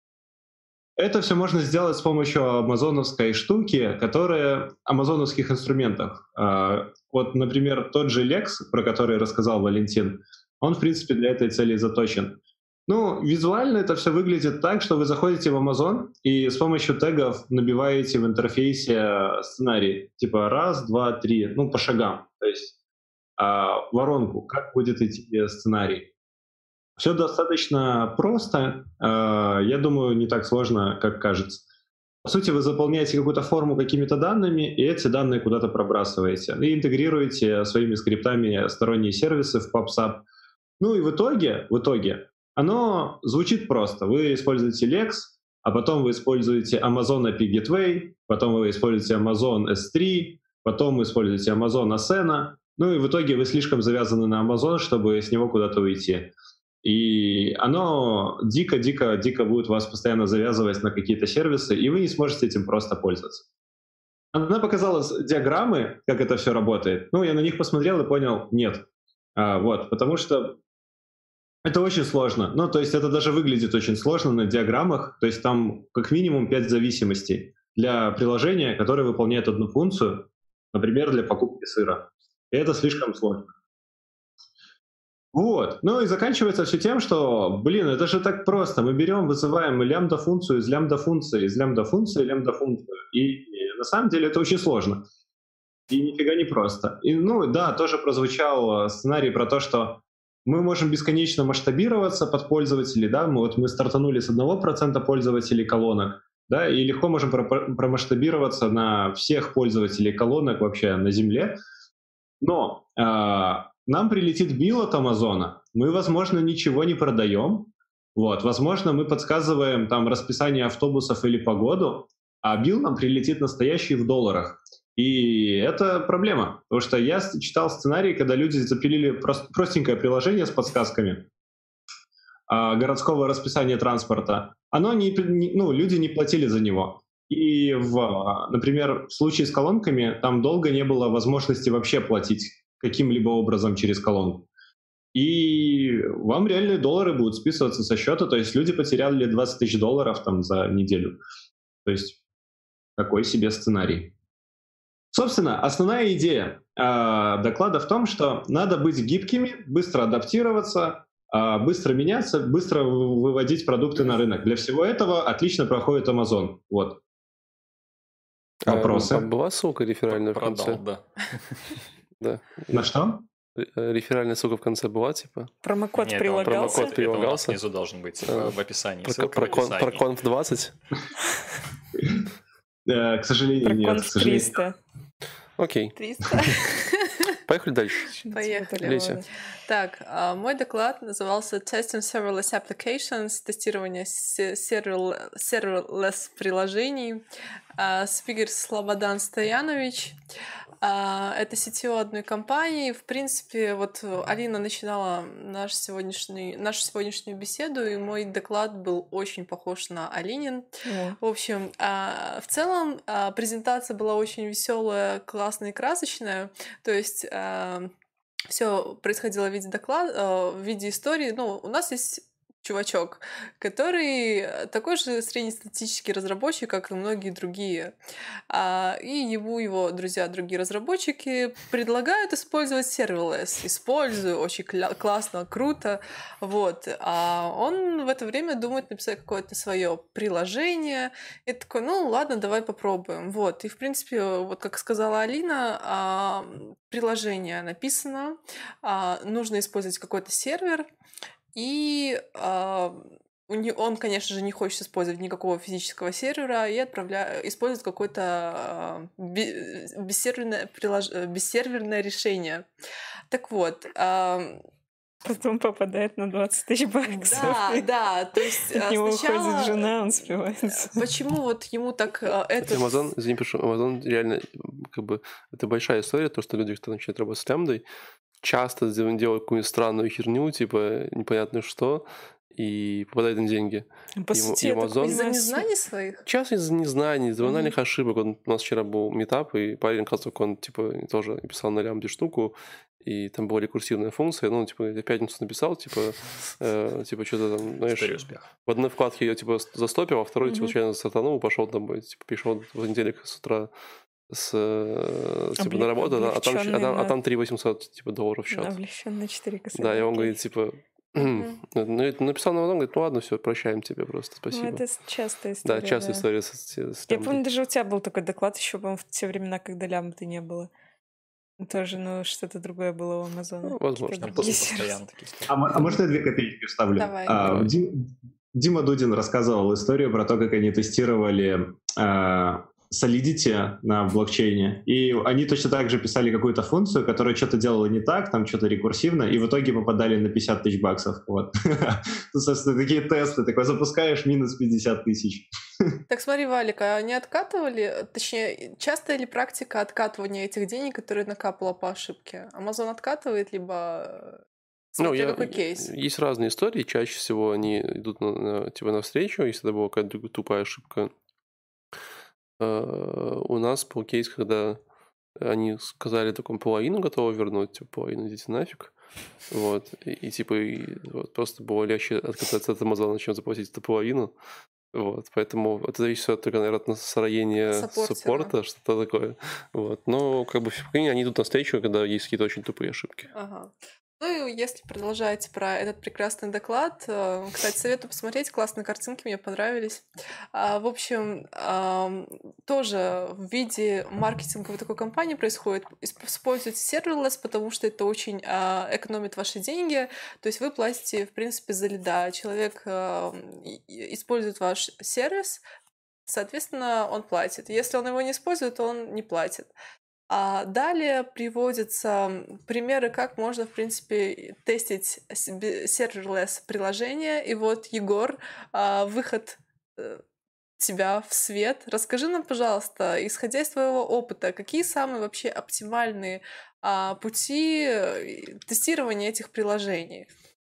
[SPEAKER 4] Это все можно сделать с помощью амазоновской штуки, амазоновских инструментов. Например, тот же Lex, про который рассказал Валентин, он, в принципе, для этой цели заточен. Визуально это все выглядит так, что вы заходите в Amazon и с помощью тегов набиваете в интерфейсе сценарий. Типа 1, 2, 3, по шагам. То есть воронку, как будет идти сценарий. Все достаточно просто. Я думаю, не так сложно, как кажется. По сути, вы заполняете какую-то форму какими-то данными, и эти данные куда-то пробрасываете. И интегрируете своими скриптами сторонние сервисы в PubSub. И в итоге оно звучит просто. Вы используете Lex, а потом вы используете Amazon API Gateway, потом вы используете Amazon S3, потом вы используете Amazon Asana. И в итоге вы слишком завязаны на Amazon, чтобы с него куда-то уйти. И оно дико будет вас постоянно завязывать на какие-то сервисы, и вы не сможете этим просто пользоваться. Она показала диаграммы, как это все работает. Я на них посмотрел и понял, нет. Потому что это очень сложно. То есть это даже выглядит очень сложно на диаграммах. То есть там как минимум 5 зависимостей для приложения, которое выполняет одну функцию, например, для покупки сыра. И это слишком сложно. И заканчивается все тем, что, это же так просто. Мы вызываем лямбда-функцию из лямбда-функции, из лямбда-функции, лямбда-функцию. И на самом деле это очень сложно. И нифига не просто. И, тоже прозвучал сценарий про то, что мы можем бесконечно масштабироваться под пользователей, да, мы стартанули с 1% пользователей колонок, да, и легко можем промасштабироваться на всех пользователей колонок вообще на Земле, но нам прилетит билл от Амазона, мы, возможно, ничего не продаем, возможно, мы подсказываем там расписание автобусов или погоду, а билл нам прилетит настоящий в долларах. И это проблема, потому что я читал сценарий, когда люди запилили простенькое приложение с подсказками городского расписания транспорта. Люди не платили за него. И, например, в случае с колонками там долго не было возможности вообще платить каким-либо образом через колонку. И вам реальные доллары будут списываться со счета, то есть люди потеряли $20 000 там за неделю. То есть такой себе сценарий. Собственно, основная идея доклада в том, что надо быть гибкими, быстро адаптироваться, быстро меняться, быстро выводить продукты на рынок. Для всего этого отлично проходит Amazon. Вопросы?
[SPEAKER 1] Была ссылка реферальная в конце?
[SPEAKER 5] Да.
[SPEAKER 1] Да.
[SPEAKER 4] На что?
[SPEAKER 1] Реферальная ссылка в конце была, типа?
[SPEAKER 3] Промокод
[SPEAKER 5] Нет,
[SPEAKER 3] прилагался?
[SPEAKER 1] Промокод прилагался?
[SPEAKER 5] Это у нас внизу должен быть, в описании. Ссылка в
[SPEAKER 1] Про
[SPEAKER 5] описании.
[SPEAKER 1] Conf 20?
[SPEAKER 4] К сожалению,
[SPEAKER 3] Про
[SPEAKER 4] нет.
[SPEAKER 3] Conf 300.
[SPEAKER 1] Окей.
[SPEAKER 2] 300.
[SPEAKER 1] Поехали дальше.
[SPEAKER 2] Поехали.
[SPEAKER 1] Леся.
[SPEAKER 2] Так, мой доклад назывался Testing Serverless Applications, тестирование serverless приложений. Спикер Слободан Стоянович. Это CTO одной компании. В принципе, вот Алина начинала нашу сегодняшнюю беседу, и мой доклад был очень похож на Алинин. В общем, в целом презентация была очень веселая, классная и красочная. То есть все происходило в виде доклада, в виде истории. Ну, у нас есть чувачок, который такой же среднестатистический разработчик, как и многие другие. И его друзья, другие разработчики, предлагают использовать serverless. Использую, очень классно, круто. Вот. А он в это время думает написать какое-то свое приложение. И такой, ну ладно, давай попробуем. Вот. И в принципе, вот как сказала Алина, приложение написано, нужно использовать какой-то сервер, и он, конечно же, не хочет использовать никакого физического сервера и использует какое-то бессерверное решение. Так вот.
[SPEAKER 3] Потом попадает на 20 тысяч баксов.
[SPEAKER 2] Да, то есть
[SPEAKER 3] от него
[SPEAKER 2] сначала...
[SPEAKER 3] уходит жена, он спивается.
[SPEAKER 2] Почему вот ему так это...
[SPEAKER 1] Amazon, извини, прошу, Amazon реально, как бы, это большая история, то, что люди, кто начинает работать с лямбдой, часто делают какую-нибудь странную херню, типа непонятно что, и попадают на деньги.
[SPEAKER 3] По сути,
[SPEAKER 1] Amazon...
[SPEAKER 2] Из-за незнаний своих?
[SPEAKER 1] Часто из-за незнаний, из-за банальных ошибок. У нас вчера был митап, и парень, оказывается, он типа тоже писал на лямбде штуку, и там была рекурсивная функция, ну, типа, я пятницу написал, типа, что-то там, знаешь, в одной вкладке я, типа, застопил, а второй, типа, случайно стартанул, пошел там, типа, пришел в понедельник с утра на работу, а там 3 800 типа, долларов в счет.
[SPEAKER 3] Облегчённо 4 косаря.
[SPEAKER 1] Да, и он говорит, типа, написал на Amazon, говорит, ну ладно, все, прощаем тебе просто, спасибо.
[SPEAKER 3] Ну, это частая история.
[SPEAKER 1] Да, частая история с
[SPEAKER 3] Я помню, даже у тебя был такой доклад еще, по-моему, в те времена, когда лямбды не было. Тоже, ну, что-то другое было у Амазона.
[SPEAKER 1] Возможно.
[SPEAKER 4] А можно я 2 копейки вставлю?
[SPEAKER 2] Давай.
[SPEAKER 4] Дима Дудин рассказывал историю про то, как они тестировали Solidity на блокчейне, и они точно так же писали какую-то функцию, которая что-то делала не так, там что-то рекурсивно, и в итоге попадали на 50 тысяч баксов. Вот. Ну, собственно, такие тесты, такой запускаешь минус 50 тысяч.
[SPEAKER 2] Так смотри, Валик, а не откатывали, точнее, часто ли практика откатывания этих денег, которые накапала по ошибке? Amazon откатывает, либо... Смотри, какой кейс?
[SPEAKER 1] Есть разные истории, чаще всего они идут типа навстречу, если это была какая-то тупая ошибка. У нас был кейс, когда они сказали, таком половину готовы вернуть, типа, половину идите нафиг. Вот. Вот, просто было легче откататься от Амазона, чем заплатить эту половину. Вот. Поэтому это зависит только, наверное, от настроения саппорта, что-то такое. Вот. Но как бы они идут навстречу, когда есть какие-то очень тупые ошибки.
[SPEAKER 2] Ага. Ну и если продолжать про этот прекрасный доклад, кстати, советую посмотреть, классные картинки, мне понравились. В общем, тоже в виде маркетинговой такой кампании происходит. Используйте serverless, потому что это очень экономит ваши деньги. То есть вы платите, в принципе, за лида. Человек использует ваш сервис, соответственно, он платит. Если он его не использует, он не платит. А далее приводятся примеры, как можно, в принципе, тестить serverless приложение. И вот, Егор, выход тебя в свет. Расскажи нам, пожалуйста, исходя из твоего опыта, какие самые вообще оптимальные пути тестирования этих приложений?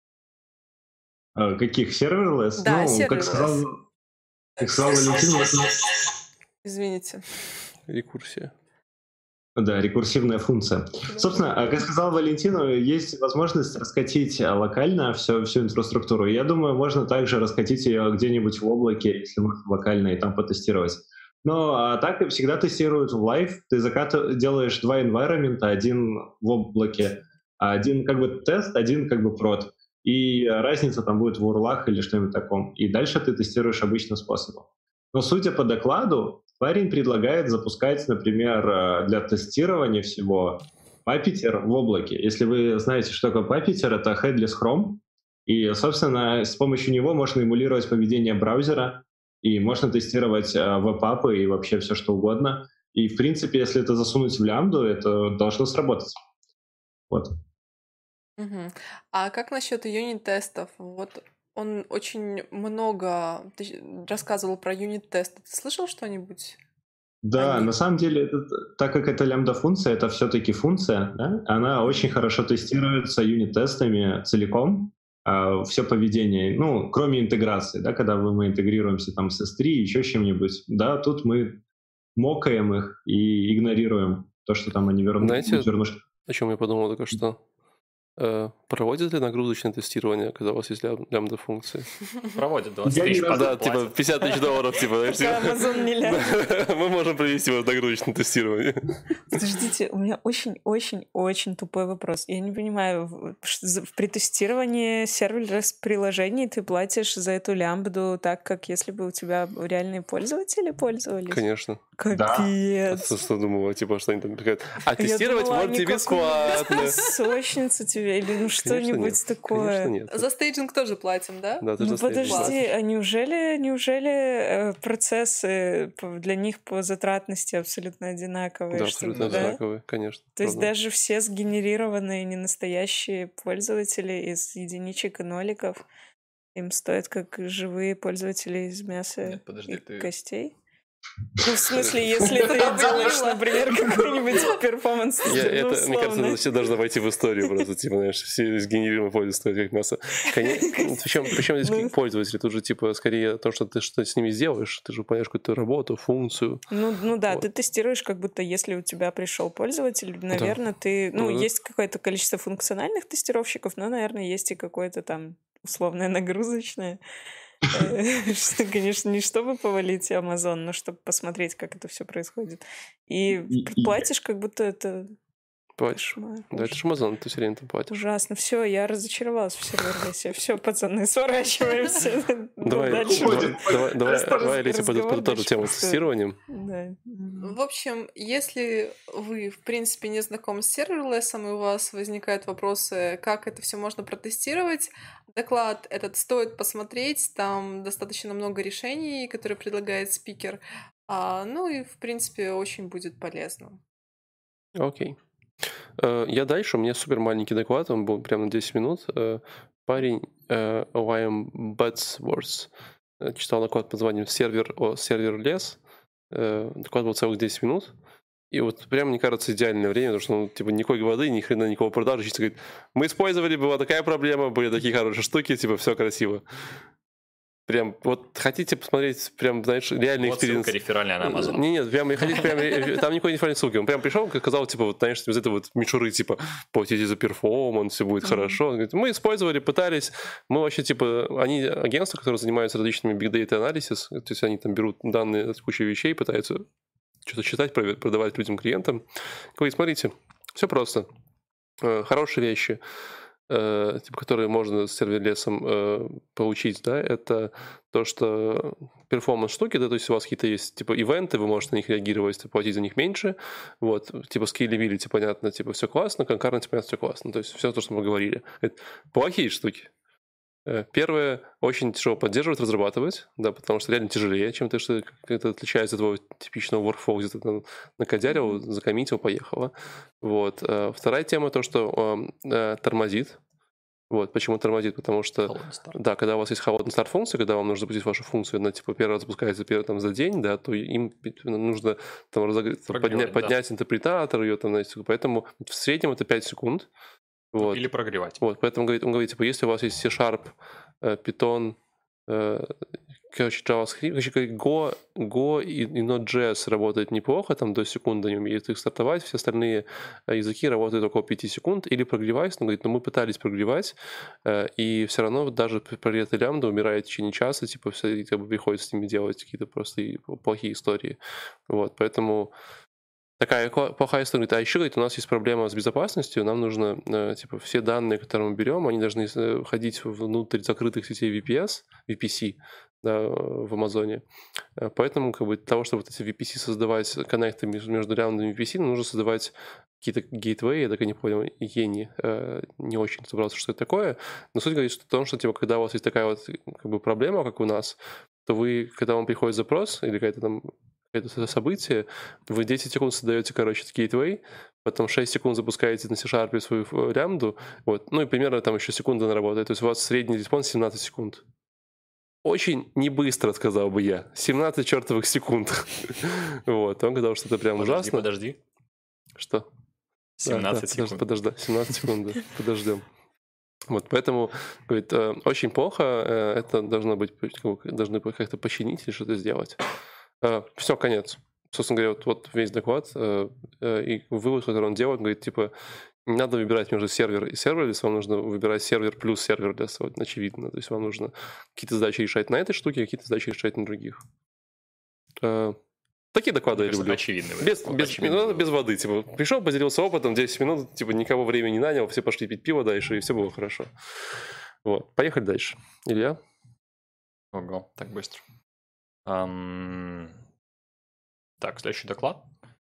[SPEAKER 4] Каких? Serverless?
[SPEAKER 2] Да,
[SPEAKER 4] serverless. Как сказал Валентин,
[SPEAKER 2] извините.
[SPEAKER 1] Рекурсия.
[SPEAKER 4] Да, рекурсивная функция. Собственно, как сказал Валентину, есть возможность раскатить локально всю инфраструктуру. Я думаю, можно также раскатить ее где-нибудь в облаке, если можно локально, и там потестировать. Но так всегда тестируют в лайв. Ты делаешь 2 environment, один в облаке, один как бы тест, один как бы прод. И разница там будет в урлах или что-нибудь таком. И дальше ты тестируешь обычным способом. Но судя по докладу, парень предлагает запускать, например, для тестирования всего Puppeteer в облаке. Если вы знаете, что такое Puppeteer, это headless Chrome. И, собственно, с помощью него можно эмулировать поведение браузера, и можно тестировать веб-апы и вообще все что угодно. И, в принципе, если это засунуть в лямбду, это должно сработать. Вот.
[SPEAKER 2] Мгм. А как насчет юнит-тестов? Вот он очень много рассказывал про юнит-тесты. Ты слышал что-нибудь о
[SPEAKER 4] Да, на
[SPEAKER 2] них?
[SPEAKER 4] самом деле, так как это лямбда-функция, это все-таки функция, да? Она очень
[SPEAKER 2] Мгм.
[SPEAKER 4] хорошо тестируется юнит-тестами целиком, все поведение, ну, кроме интеграции, да, когда мы интегрируемся там с S3, еще с чем-нибудь, да, тут мы мокаем их и игнорируем то, что там они
[SPEAKER 1] Знаете,
[SPEAKER 4] вернут.
[SPEAKER 1] о чем я подумал только что? Проводят ли нагрузочное тестирование, когда у вас есть лямбда-функции?
[SPEAKER 5] Проводят 20
[SPEAKER 4] Я ни
[SPEAKER 5] тысяч,
[SPEAKER 4] разу-
[SPEAKER 1] Да,
[SPEAKER 5] потом
[SPEAKER 1] типа
[SPEAKER 5] платят.
[SPEAKER 1] 50 тысяч долларов, типа, знаешь,
[SPEAKER 3] Пока
[SPEAKER 1] типа.
[SPEAKER 3] Amazon не ляжет.
[SPEAKER 1] Мы можем провести вот нагрузочное тестирование.
[SPEAKER 3] Подождите, у меня очень-очень-очень тупой вопрос. Я не понимаю, при тестировании серверлес приложений ты платишь за эту лямбду так, как если бы у тебя реальные пользователи пользовались?
[SPEAKER 1] Конечно.
[SPEAKER 3] Капец.
[SPEAKER 1] Что думала, типа, что они там говорят, а
[SPEAKER 3] Я
[SPEAKER 1] тестировать
[SPEAKER 3] думала,
[SPEAKER 1] можете
[SPEAKER 3] они
[SPEAKER 1] бесплатно.
[SPEAKER 3] какую-нибудь песочницу тебе или ну что-нибудь
[SPEAKER 1] нет.
[SPEAKER 3] такое.
[SPEAKER 1] Конечно нет.
[SPEAKER 2] За стейджинг тоже платим, да?
[SPEAKER 1] Да, ты же
[SPEAKER 3] Ну
[SPEAKER 1] стоишь.
[SPEAKER 3] подожди, а неужели процессы для них по затратности абсолютно одинаковые?
[SPEAKER 1] Да,
[SPEAKER 3] что ли,
[SPEAKER 1] абсолютно
[SPEAKER 3] да?
[SPEAKER 1] одинаковые, конечно.
[SPEAKER 3] То есть
[SPEAKER 1] правда.
[SPEAKER 3] даже все сгенерированные ненастоящие пользователи из единичек и ноликов им стоят как живые пользователи из мяса
[SPEAKER 5] Нет, подожди,
[SPEAKER 3] и
[SPEAKER 5] ты-
[SPEAKER 3] костей? Ну, в смысле, если ты делаешь, например, какой-нибудь перформанс,
[SPEAKER 1] Это, мне кажется, это
[SPEAKER 3] условно.
[SPEAKER 1] все должно войти в историю просто, типа, знаешь, все сгенерируемые пользы стоят как мясо. Причем здесь
[SPEAKER 3] Ну.
[SPEAKER 1] пользователи, тут же, типа, скорее то, что ты что с ними сделаешь, ты же понимаешь какую-то работу, функцию.
[SPEAKER 3] Ну да,
[SPEAKER 1] Вот.
[SPEAKER 3] ты тестируешь, как будто если у тебя пришел пользователь, наверное, ты... Ну,
[SPEAKER 1] Ну,
[SPEAKER 3] есть какое-то количество функциональных тестировщиков, но, наверное, есть и какое-то там условное нагрузочное. Что, конечно, не чтобы повалить Amazon, но чтобы посмотреть, как это все происходит. И платишь, как будто это
[SPEAKER 1] Платишь.
[SPEAKER 3] кошмар.
[SPEAKER 1] Да, это же Amazon, ты все время там платишь.
[SPEAKER 3] Ужасно. Все, я разочаровалась в серверлесе. Все, пацаны, сворачиваемся.
[SPEAKER 1] Давай,
[SPEAKER 3] Дальше.
[SPEAKER 1] давай, Алиса,
[SPEAKER 3] разговор
[SPEAKER 1] под эту
[SPEAKER 3] дальше
[SPEAKER 1] тему с
[SPEAKER 3] пустой.
[SPEAKER 1] тестированием.
[SPEAKER 3] Да.
[SPEAKER 2] В общем, если вы, в принципе, не знакомы с серверлесом, и у вас возникают вопросы, как это все можно протестировать, доклад этот стоит посмотреть, там достаточно много решений, которые предлагает спикер. Ну и, в принципе, очень будет полезно.
[SPEAKER 1] Окей. Я дальше, у меня супер маленький доклад, он был прямо на 10 минут. Парень Liam Bedsworth читал доклад под названием «Серверлес». Доклад был целых 10 минут. И вот прям, мне кажется, идеальное время, потому что, ну, типа, никакой воды, ни хрена никакого продажи. Чисто говорит, мы использовали, была такая проблема, были такие хорошие штуки, типа, все красиво. Прям, вот хотите посмотреть, прям, знаешь, реальный
[SPEAKER 5] Вот
[SPEAKER 1] экспириенс.
[SPEAKER 5] ссылка реферальная на Amazon.
[SPEAKER 1] Нет, прям, хотите прям, там никакой не ссылки. Он прям пришел, сказал, типа, вот, знаешь, из этой вот мишуры, типа, платите за перформанс, все будет хорошо. Он говорит, мы использовали, пытались, мы вообще, типа, они агентства, которые занимаются различными big data analysis, то есть они там берут данные от кучи вещей, пытаются что-то считать, продавать людям, клиентам. Говорит, смотрите, все просто. Хорошие вещи, типа, которые можно с серверлесом получить, да, это то, что перформанс штуки, да, то есть у вас какие-то есть, типа, ивенты, вы можете на них реагировать, платить за них меньше, вот, типа, scalability, понятно, типа, все классно, concurrency, понятно, все классно, то есть все то, что мы говорили. Это плохие штуки. Первое, очень тяжело поддерживать, разрабатывать, да, потому что реально тяжелее, чем ты, что это отличается от твоего типичного workflow, где ты там накодярил, закоммитил, поехало. Вот. Вторая тема, то, что тормозит. Вот, почему тормозит? Потому что,
[SPEAKER 5] Холодный старт.
[SPEAKER 1] да, когда у вас есть холодный старт функции, когда вам нужно запустить вашу функцию, она, типа, первый раз запускается там, за день, да, то им нужно там, поднять интерпретатор, ее там, знаете, поэтому в среднем это 5 секунд. Вот.
[SPEAKER 5] Или прогревать.
[SPEAKER 1] Вот, поэтому он говорит, типа, если у вас есть C-Sharp, Python, короче, JavaScript, короче, Go и Node.js работает неплохо, там до секунды они умеют их стартовать, все остальные языки работают около 5 секунд, или прогревать, он говорит, мы пытались прогревать, и все равно даже прогретый лямбда умирает в течение часа, типа, все, как бы, приходится с ними делать какие-то просто плохие истории, вот, поэтому такая плохая история. А еще, говорит, у нас есть проблема с безопасностью, нам нужно, типа, все данные, которые мы берем, они должны ходить внутрь закрытых сетей VPC, да, в Амазоне. Поэтому, как бы, для того, чтобы вот эти VPC создавать, коннекты между раундами VPC, нужно создавать какие-то гейтвеи, я так и не понял, Ени, не очень разобрался, что это такое. Но суть говорит в том, что, типа, когда у вас есть такая вот, как бы, проблема, как у нас, то вы, когда вам приходит запрос или какая-то там это событие, вы 10 секунд создаете, короче, gateway, потом 6 секунд запускаете на C# свою лямбду, вот, ну и примерно там еще секунда наработает. То есть у вас средний респонс 17 секунд. Очень не быстро, сказал бы я. 17 чертовых секунд. Вот, он сказал, что это прям ужасно.
[SPEAKER 5] Подожди.
[SPEAKER 1] Что?
[SPEAKER 5] 17 секунд.
[SPEAKER 1] Подожди, 17 секунд, подождем. Вот, поэтому, говорит, очень плохо, это должно быть, должны как-то починить или что-то сделать. Все, конец. Собственно говоря, вот весь доклад и вывод, который он делает, говорит, типа, не надо выбирать между сервер и серверлес, вам нужно выбирать сервер плюс серверлес, вот, очевидно. То есть вам нужно какие-то задачи решать на этой штуке, какие-то задачи решать на других. Такие доклады я люблю.
[SPEAKER 5] Очевидно.
[SPEAKER 1] Без воды. Типа, пришел, поделился опытом, 10 минут, типа, никого времени не нанял, все пошли пить пиво дальше, и все было хорошо. Вот. Поехали дальше. Илья?
[SPEAKER 5] Ого, так быстро. Так, следующий доклад.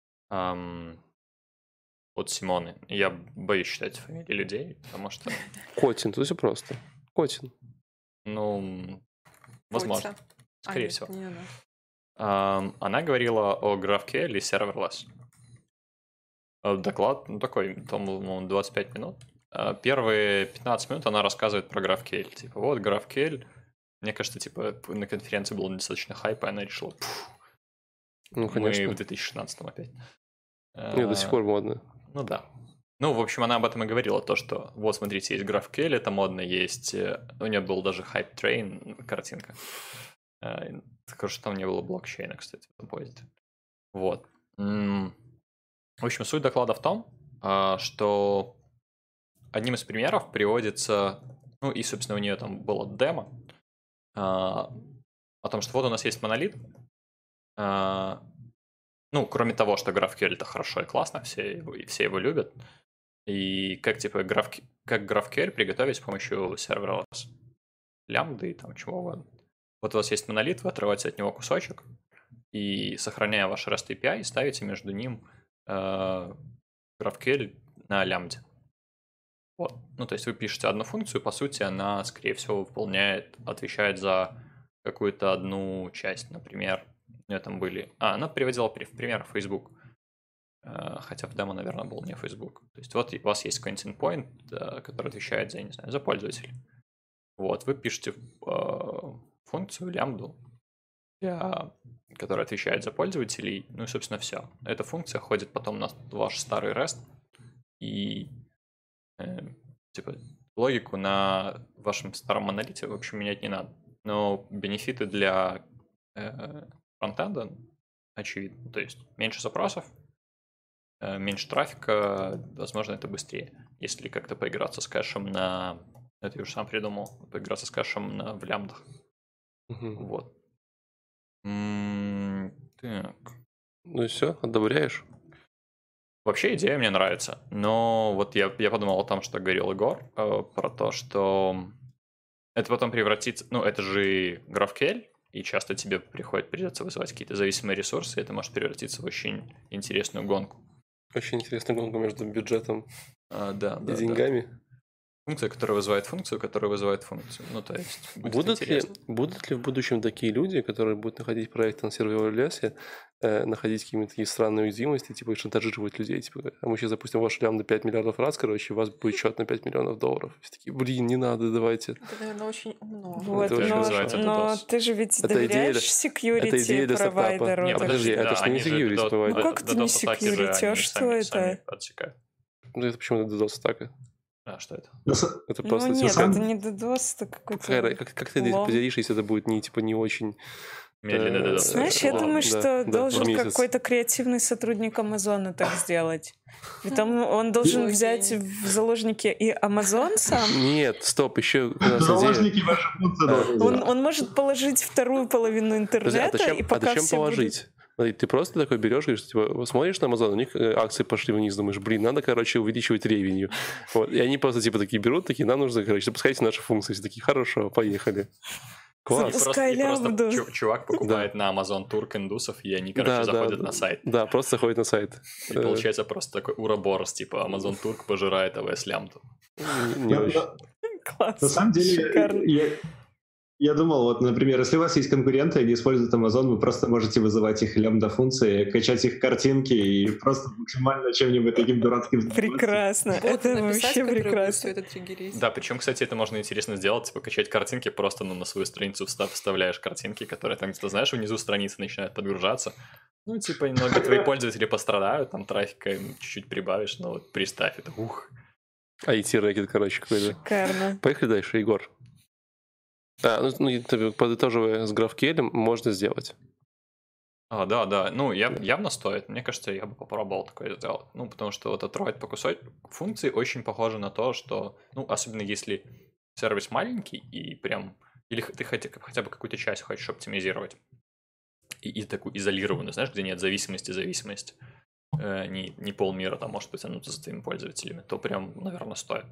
[SPEAKER 5] От Симоны. Я боюсь читать фамилии людей, потому что...
[SPEAKER 1] Котин, тут все просто. Котин.
[SPEAKER 5] Ну, возможно. Скорее всего.
[SPEAKER 2] Не она.
[SPEAKER 5] Она говорила о GraphQL и Serverless. Доклад, ну такой, по-моему, 25 минут. Первые 15 минут она рассказывает про GraphQL. Типа, вот GraphQL. Мне кажется, типа, на конференции было достаточно хайпа, и она решила,
[SPEAKER 1] Ну, конечно.
[SPEAKER 5] мы в 2016-м опять.
[SPEAKER 1] Нет, до сих пор модно.
[SPEAKER 5] Ну да. Ну, в общем, она об этом и говорила, то, что вот, смотрите, есть GraphQL, это модно, есть... У нее был даже Hype Train картинка. Хорошо, что там не было блокчейна, кстати, в этом поезде. Вот. В общем, суть доклада в том, что одним из примеров приводится... Ну, и, собственно, у нее там было демо о том, что вот у нас есть монолит. Ну, кроме того, что GraphQL это хорошо и классно, все его любят. И как, типа, как GraphQL приготовить с помощью Serverless. Лямбды и там чего угодно. Вот у вас есть монолит, вы отрываете от него кусочек и, сохраняя ваш REST API, ставите между ним GraphQL на лямбде. Вот. Ну, то есть вы пишете одну функцию, по сути, она, скорее всего, отвечает за какую-то одну часть. Например, у нее там были... она приводила в пример Facebook. Хотя в демо, наверное, был не Facebook. То есть вот у вас есть какой-нибудь endpoint, который отвечает за, я не знаю, за пользователя. Вот, вы пишете функцию лямбду, которая отвечает за пользователей. Ну и, собственно, все. Эта функция ходит потом на ваш старый REST и типа логику на вашем старом монолите, в общем, менять не надо. Но бенефиты для фронтенда очевидны. То есть меньше запросов, меньше трафика, возможно, это быстрее. Если как-то поиграться с кэшем на... Это я уже сам придумал. Поиграться с кэшем в лямбдах. Вот. Так.
[SPEAKER 1] Ну и все, одобряешь?
[SPEAKER 5] Вообще идея мне нравится. Но вот я подумал о том, что говорил Егор, про то, что это потом превратится... Ну, это же GraphQL, и часто тебе придется вызывать какие-то зависимые ресурсы, и это может превратиться в очень интересную гонку.
[SPEAKER 1] Очень интересная гонка между бюджетом и деньгами.
[SPEAKER 5] Да. Функция, которая вызывает функцию, которая вызывает функцию. Ну, то есть, будут
[SPEAKER 1] ли в будущем такие люди, которые будут находить проекты на серверлесе, находить какие-то такие странные уязвимости, типа шантажировать людей, типа, а мы сейчас запустим ваш лям на 5 миллиардов раз, короче, у вас будет счет на 5 миллионов долларов. Все такие, блин, не надо, давайте.
[SPEAKER 2] Это, наверное, очень умно.
[SPEAKER 3] Вот, но ты же ведь доверяешь security провайдеру.
[SPEAKER 1] Нет, подожди, это же не security провайдер.
[SPEAKER 3] Ну как это не security, а что это?
[SPEAKER 1] Ну это почему-то DDoS-атака.
[SPEAKER 5] Что это?
[SPEAKER 1] Это просто...
[SPEAKER 3] Ну нет, это не DDoS, это какой-то...
[SPEAKER 1] Как ты здесь поделишь, если это будет не очень...
[SPEAKER 5] Медленно.
[SPEAKER 3] Знаешь, я думаю, что должен какой-то креативный сотрудник Амазона так сделать. Ведь он должен взять в заложники и Амазон сам.
[SPEAKER 1] Нет, стоп, еще...
[SPEAKER 4] Заложники вашей функции.
[SPEAKER 3] Он может положить вторую половину интернета и пока все
[SPEAKER 1] положить? Ты просто такой берешь, говоришь, типа, смотришь на Amazon, у них акции пошли вниз, думаешь, блин, надо, короче, увеличивать ревенью. Вот. И они просто, типа, такие берут, такие, нам нужно, короче, запускайте наши функции. Все такие, хорошо, поехали. Класс.
[SPEAKER 5] Просто чувак покупает на Amazon турк индусов, и они, короче, заходят на сайт.
[SPEAKER 1] Да, просто заходят на сайт.
[SPEAKER 5] И получается просто такой уроборос, типа, Amazon турк пожирает АВС лямбду.
[SPEAKER 1] Не очень.
[SPEAKER 3] Класс.
[SPEAKER 4] На самом деле, Я думал, вот, например, если у вас есть конкуренты, они используют Amazon, вы просто можете вызывать их лямбда-функции, качать их картинки и просто максимально чем-нибудь таким дурацким...
[SPEAKER 3] Прекрасно. Это вообще прекрасно.
[SPEAKER 2] Это триггерить.
[SPEAKER 5] Да, причем, кстати, это можно интересно сделать, типа качать картинки, просто на свою страницу вставляешь картинки, которые там где-то, знаешь, внизу страницы начинают подгружаться. Ну, типа, немного твои пользователи пострадают, там трафика им чуть-чуть прибавишь, но вот представь, это ух.
[SPEAKER 1] IT-рэкет, короче, какой-то.
[SPEAKER 3] Шикарно.
[SPEAKER 1] Поехали дальше, Егор. Подытоживая с GraphQL, можно сделать.
[SPEAKER 5] Да. Ну, явно стоит. Мне кажется, я бы попробовал такое сделать. Ну, потому что вот отрывать по кусочку функции очень похоже на то, что, ну, особенно если сервис маленький и прям... Или ты хотя бы какую-то часть хочешь оптимизировать. И такую изолированную, знаешь, где нет зависимости. Не полмира там может потянуться за твоими пользователями, то прям, наверное, стоит.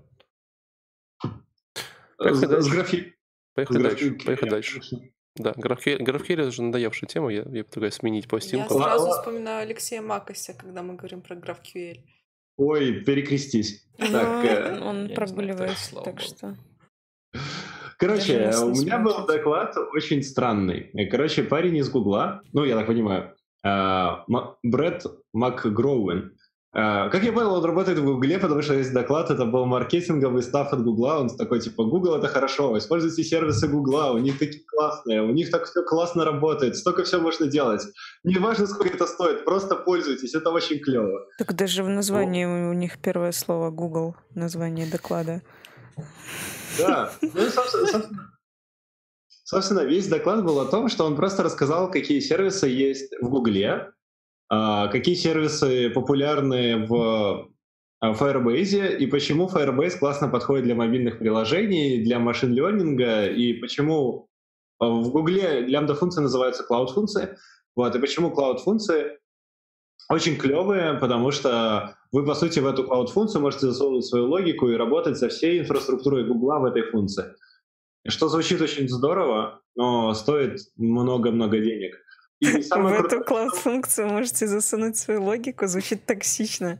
[SPEAKER 1] Поехали дальше. Да, GraphQL это уже надоевшая тема, я предлагаю сменить пластинку.
[SPEAKER 2] Я сразу вспоминаю Алексея Макося, когда мы говорим про GraphQL.
[SPEAKER 4] Ой, перекрестись.
[SPEAKER 3] Он прогуливает, так что...
[SPEAKER 4] Короче, у меня был доклад очень странный. Короче, парень из Гугла, ну, я так понимаю, Брэд МакГроуэн. Как я понял, он работает в Гугле, потому что весь доклад это был маркетинговый стаф от Гугла. Он такой, типа, Google это хорошо, используйте сервисы Гугла, у них такие классные, у них так все классно работает, столько всего можно делать. Не важно, сколько это стоит, просто пользуйтесь, это очень клево.
[SPEAKER 3] Так даже в названии у них первое слово Google, название доклада.
[SPEAKER 4] Да, ну, собственно, весь доклад был о том, что он просто рассказал, какие сервисы есть в Гугле, какие сервисы популярны в Firebase, и почему Firebase классно подходит для мобильных приложений, для машин-лернинга, и почему в Гугле лямбда-функции называются cloud-функции, вот, и почему cloud-функции очень клевые, потому что вы, по сути, в эту cloud-функцию можете засунуть свою логику и работать со всей инфраструктурой Гугла в этой функции. Что звучит очень здорово, но стоит много-много денег.
[SPEAKER 3] В эту cloud-функцию можете засунуть свою логику, звучит токсично.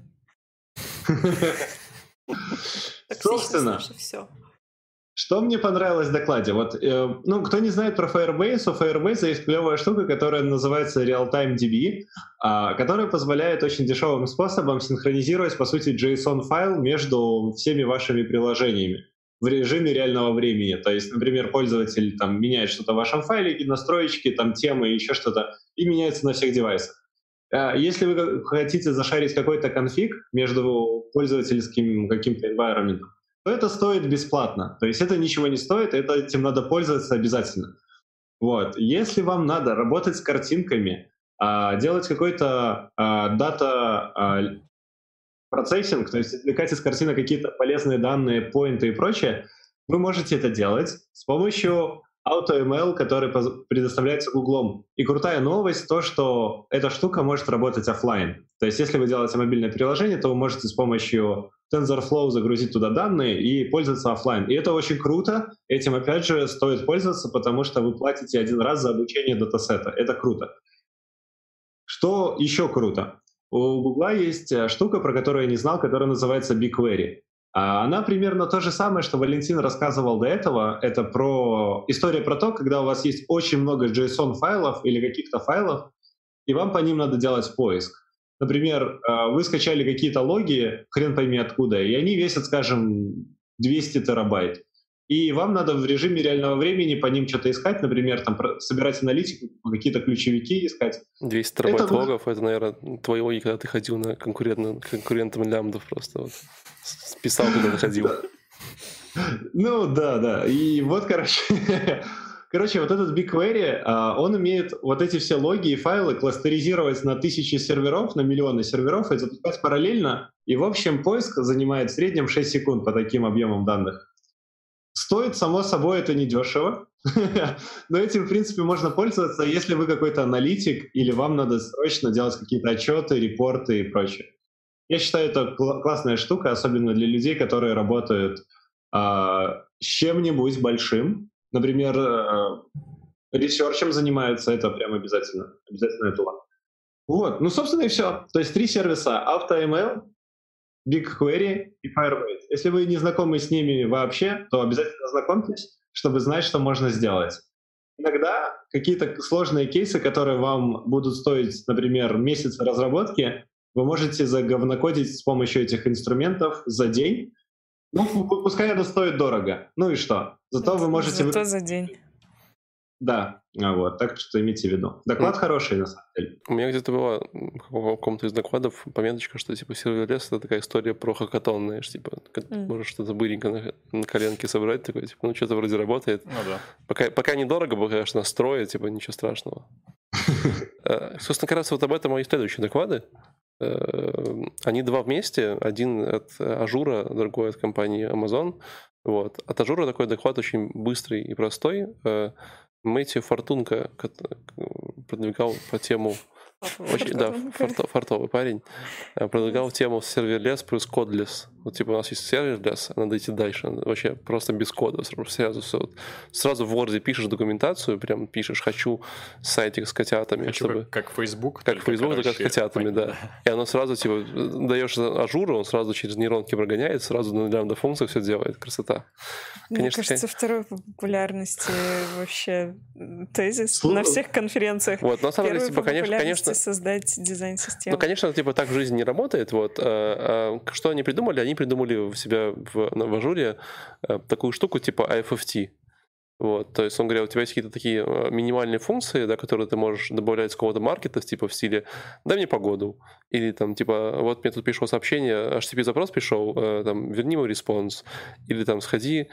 [SPEAKER 4] Собственно, что мне понравилось в докладе? Вот, кто не знает про Firebase, у Firebase есть клевая штука, которая называется Real-Time DB, которая позволяет очень дешевым способом синхронизировать, по сути, JSON-файл между всеми вашими приложениями в режиме реального времени. То есть, например, пользователь там меняет что-то в вашем файле, настроечки, там темы, еще что-то, и меняется на всех девайсах. Если вы хотите зашарить какой-то конфиг между пользовательским каким-то environment, то это стоит бесплатно. То есть это ничего не стоит, этим надо пользоваться обязательно. Вот. Если вам надо работать с картинками, делать какой-то дата процессинг, то есть извлекать из картинок какие-то полезные данные, поинты и прочее, вы можете это делать с помощью AutoML, который предоставляется Гуглом. И крутая новость то, что эта штука может работать офлайн. То есть если вы делаете мобильное приложение, то вы можете с помощью TensorFlow загрузить туда данные и пользоваться офлайн. И это очень круто. Этим, опять же, стоит пользоваться, потому что вы платите один раз за обучение датасета. Это круто. Что еще круто? У Гугла есть штука, про которую я не знал, которая называется BigQuery. Она примерно то же самое, что Валентин рассказывал до этого. Это история про то, когда у вас есть очень много JSON-файлов или каких-то файлов, и вам по ним надо делать поиск. Например, вы скачали какие-то логи, хрен пойми откуда, и они весят, скажем, 200 терабайт. И вам надо в режиме реального времени по ним что-то искать, например, там собирать аналитику, какие-то ключевики искать.
[SPEAKER 1] 200 терабайт логов, это, наверное, твои логи, когда ты ходил на конкурентам лямбдов просто. Вот. Списал, когда ты ходил.
[SPEAKER 4] Ну, да. И вот, короче, вот этот BigQuery, он умеет вот эти все логи и файлы кластеризировать на тысячи серверов, на миллионы серверов и запускать параллельно. И, в общем, поиск занимает в среднем 6 секунд по таким объемам данных. Стоит, само собой, это недешево, но этим, в принципе, можно пользоваться, если вы какой-то аналитик или вам надо срочно делать какие-то отчеты, репорты и прочее. Я считаю, это классная штука, особенно для людей, которые работают с чем-нибудь большим. Например, ресерчем занимаются, это прям обязательно тула. Вот, собственно, и все. То есть 3 сервиса: AutoML, BigQuery и Firebase. Если вы не знакомы с ними вообще, то обязательно знакомьтесь. чтобы знать, что можно сделать. Иногда какие-то сложные кейсы, которые вам будут стоить, например, месяц разработки, вы можете заговнокодить с помощью этих инструментов за день. Ну, пускай это стоит дорого. Ну и что? Зато вы можете...
[SPEAKER 3] Зато за день.
[SPEAKER 4] Да, вот, так что имейте в виду. Доклад хороший, на самом деле.
[SPEAKER 1] У меня где-то была в каком-то из докладов пометочка, что типа серверлес — это такая история про хакатон, знаешь, типа, можешь что-то быренько на коленке собрать, такой, типа, ну, что-то вроде работает.
[SPEAKER 5] Ну да.
[SPEAKER 1] Пока недорого, было, конечно, строить, типа, ничего страшного. Собственно, как раз вот об этом и следующие доклады. Они два вместе, один от Ажура, другой от компании Amazon. Вот. От Ажура такой доклад очень быстрый и простой. Мэтью Фортунка продвигал по тему... Фартовый парень. Продвигал тему серверлес плюс кодлес. Вот типа у нас есть серверлес, надо идти дальше. Вообще просто без кода. Сразу в Word пишешь документацию, прям пишешь «хочу сайтик с котятами».
[SPEAKER 5] Хочу
[SPEAKER 1] чтобы...
[SPEAKER 5] как Facebook.
[SPEAKER 1] Как Facebook, только с котятами, да. И оно сразу типа даешь ажуру, он сразу через нейронки прогоняет, сразу на лямбда-функцию все делает. Красота.
[SPEAKER 3] Мне кажется, второй по популярности вообще тезис на всех конференциях.
[SPEAKER 1] Вот, на самом деле, типа, конечно,
[SPEAKER 3] создать дизайн-систему.
[SPEAKER 1] Ну, конечно, типа так в жизни не работает. Вот. Что они придумали? Они придумали у себя в ажуре такую штуку типа IFFT. Вот, то есть он говорил, у тебя есть какие-то такие минимальные функции, да, которые ты можешь добавлять с какого-то маркета, типа в стиле «дай мне погоду», или там типа «вот мне тут пришло сообщение, HTTP-запрос пришел, там, верни мой респонс», или там «сходи,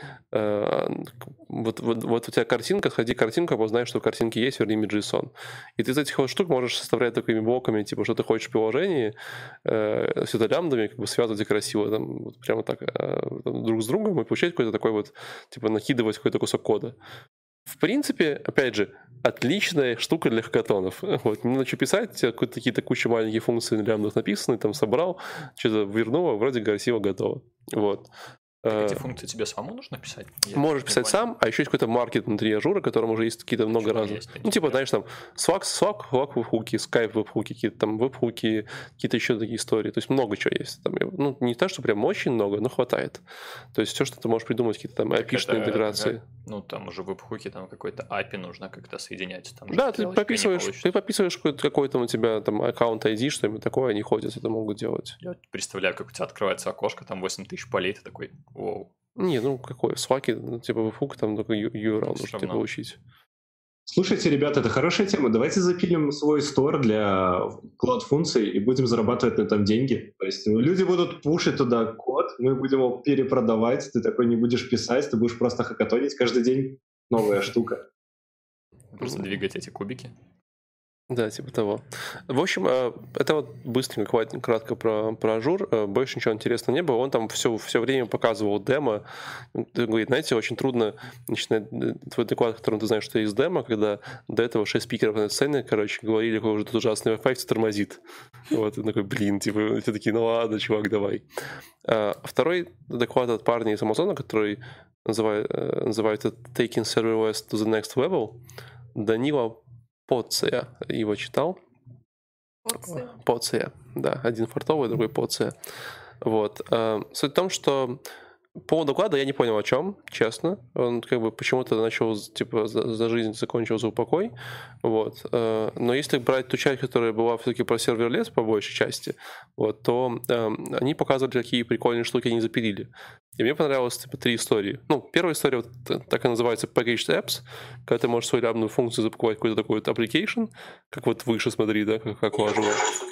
[SPEAKER 1] вот у тебя картинка, сходи картинку, обознай, что в картинке есть, верни мне JSON». И ты из этих вот штук можешь составлять такими блоками, типа, что ты хочешь в приложении, все это лямбдами, как бы связывать и красиво, там, вот прямо так друг с другом, и получать какой-то такой вот, типа, накидывать какой-то кусок кода. В принципе, опять же, отличная штука для хакатонов. Вот, не надо что писать, какие-то куча маленьких функций на лямбдах написаны, там собрал, что-то вернул, вроде красиво готово. Вот.
[SPEAKER 5] Эти функции тебе самому нужно писать?
[SPEAKER 1] Можешь писать сам, а еще есть какой-то маркет внутри ажура, в котором уже есть какие-то много разных. Ну, типа, знаешь, там, Slack веб-хуки, Skype веб-хуки, какие-то там веб-хуки, какие-то еще такие истории. То есть много чего есть. Там, ну, не так, что прям очень много, но хватает. То есть все, что ты можешь придумать, какие-то там API-шные интеграции.
[SPEAKER 5] Ну, там уже веб-хуки, там какой-то API нужно как-то соединять. Там
[SPEAKER 1] да, ты подписываешь какой-то у тебя там аккаунт ID, что-нибудь такое, они ходят, это могут делать.
[SPEAKER 5] Я представляю, как у тебя открывается окошко, там 8000 полей, ты такой, воу.
[SPEAKER 1] Не, ну какой, в Slack, ну, типа веб-хук, там только URL нужно тебе получить.
[SPEAKER 4] Слушайте, ребята, это хорошая тема. Давайте запилим свой стор для клауд-функций и будем зарабатывать на этом деньги. То есть люди будут пушить туда код, мы будем его перепродавать, ты такой не будешь писать, ты будешь просто хакатонить каждый день. Новая штука.
[SPEAKER 5] Просто двигать эти кубики.
[SPEAKER 1] Да, типа того. В общем, это вот быстренько, кратко про ажур. Больше ничего интересного не было. Он там все время показывал демо. Он говорит, знаете, очень трудно начинать твой доклад, в котором ты знаешь, что есть демо, когда до этого 6 спикеров на сцене, короче, говорили, какой уже тут ужасный Wi-Fi, все тормозит. Вот, и такой, блин, типа, все такие, ну ладно, чувак, давай. Второй доклад от парня из Амазона, который называется Taking Serverless to the Next Level, Данила Поция. Его читал? Поция, да. Один фартовый, другой Поция. Вот. Суть в том, что по доклада я не понял, о чем, честно. Он как бы почему-то начал, типа, за жизнь закончил за упокой. Вот. Но если брать ту часть, которая была все-таки про серверлес по большей части, вот, то они показывали, какие прикольные штуки они запилили. И мне понравилось, типа, 3 истории. Ну, первая история, вот, так и называется Packaged Apps, когда ты можешь свою лямбдную функцию запаковать в какой-то такой вот application, как вот выше, смотри, да, как у Ажура.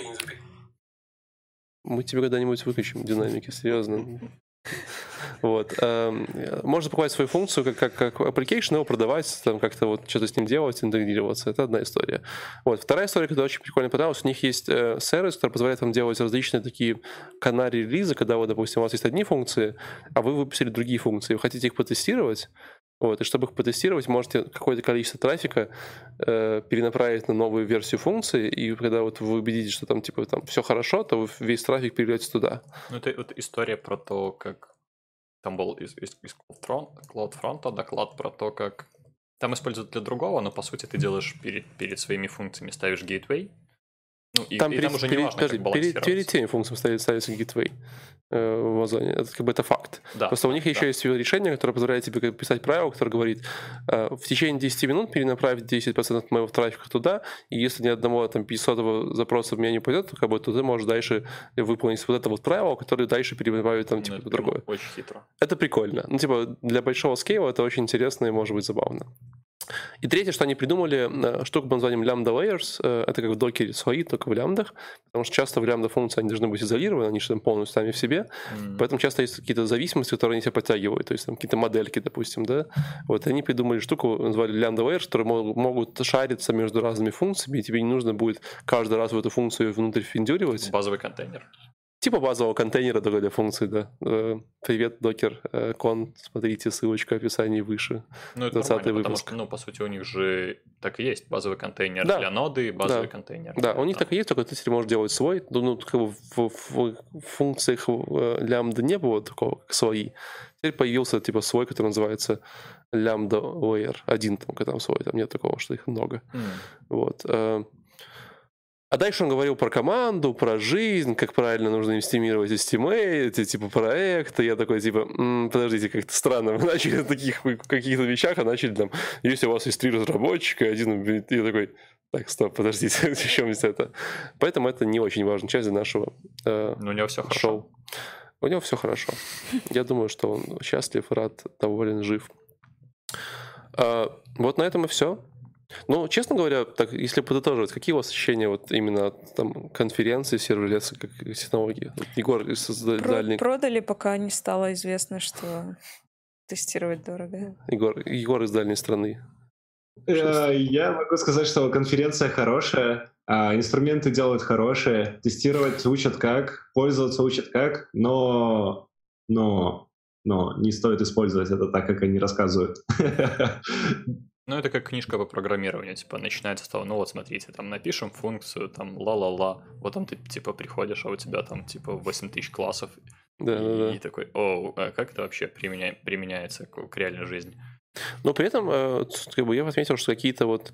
[SPEAKER 1] Мы тебе когда-нибудь выключим динамики, серьезно. Вот. Можно запаковать свою функцию как application, его продавать, там как-то вот что-то с ним делать, интегрироваться. Это одна история. Вот. Вторая история, которая очень прикольно понравилась, у них есть сервис, который позволяет вам делать различные такие канари-релизы, когда вы, допустим, у вас есть одни функции, а вы выпустили другие функции, вы хотите их потестировать. Вот, и чтобы их потестировать, можете какое-то количество трафика перенаправить на новую версию функции, и когда вот вы убедитесь, что там типа там все хорошо, то вы весь трафик переведете туда.
[SPEAKER 5] Ну, это вот история про то, как там был из CloudFront доклад про то, как там используют для другого, но по сути ты делаешь перед своими функциями, ставишь гейтвей, Ну, и там уже не важно, как балансироваться.
[SPEAKER 1] Перед теми функциями ставится gateway в Амазоне. Это как бы это факт.
[SPEAKER 5] Да,
[SPEAKER 1] Просто у них еще есть решение, которое позволяет тебе писать правило, которое говорит, в течение 10 минут перенаправить 10% моего трафика туда, и если ни одного там 500 запроса в меня не пойдет, то, как бы, то ты можешь дальше выполнить вот это вот правило, которое дальше перенаправить там типа другое.
[SPEAKER 5] Очень хитро.
[SPEAKER 1] Это прикольно. Ну, типа, для большого скейла это очень интересно и может быть забавно. И третье, что они придумали, штуку под названием Lambda Layers. Это как в докере свои, только в лямбдах. Потому что часто в лямбда функции они должны быть изолированы, они же там полностью сами в себе. Поэтому часто есть какие-то зависимости, которые они себя подтягивают. То есть там какие-то модельки, допустим, да. Вот они придумали штуку, назвали Lambda Layers, которые могут шариться между разными функциями, и тебе не нужно будет каждый раз в эту функцию внутрь финдюривать.
[SPEAKER 5] Базовый контейнер.
[SPEAKER 1] Типа базового контейнера только для функций, да. Привет, докер, кон, смотрите, ссылочка в описании выше.
[SPEAKER 5] Ну, это нормально, потому что, ну, по сути, у них же так и есть базовый контейнер для ноды, базовый контейнер.
[SPEAKER 1] Да, у них так и есть, только ты теперь можешь делать свой. Ну, как бы в функциях лямбда не было такого, как свои. Теперь появился типа свой, который называется Lambda Layer. Один там свой, там нет такого, что их много. Вот. А дальше он говорил про команду, про жизнь, как правильно нужно эстимировать эти типа проекты. Я такой, типа, подождите, как-то странно. Вы начали на таких каких-то вещах, а начали там, если у вас есть 3 разработчика, один... Я такой, так, стоп, подождите, в чем здесь это? Поэтому это не очень важная часть нашего
[SPEAKER 5] у него все
[SPEAKER 1] шоу. У него все хорошо. Я думаю, что он счастлив, рад, доволен, жив. Вот на этом и все. Ну, честно говоря, так, если подытоживать, какие у вас ощущения вот именно от там, конференции серверлесса как технологии? Егор из дальней...
[SPEAKER 3] Продали, пока не стало известно, что тестировать дорого.
[SPEAKER 1] Егор из дальней страны.
[SPEAKER 4] Я могу сказать, что конференция хорошая, инструменты делают хорошие, тестировать учат как, пользоваться учат как, но не стоит использовать это так, как они рассказывают.
[SPEAKER 5] Ну, это как книжка по программированию, типа, начинается с того, ну вот, смотрите, там, напишем функцию, там, ла-ла-ла, вот там ты, типа, приходишь, а у тебя там, типа, 8000 классов, и такой, а как это вообще применяется к реальной жизни?
[SPEAKER 1] Но при этом, как бы, я отметил, что какие-то вот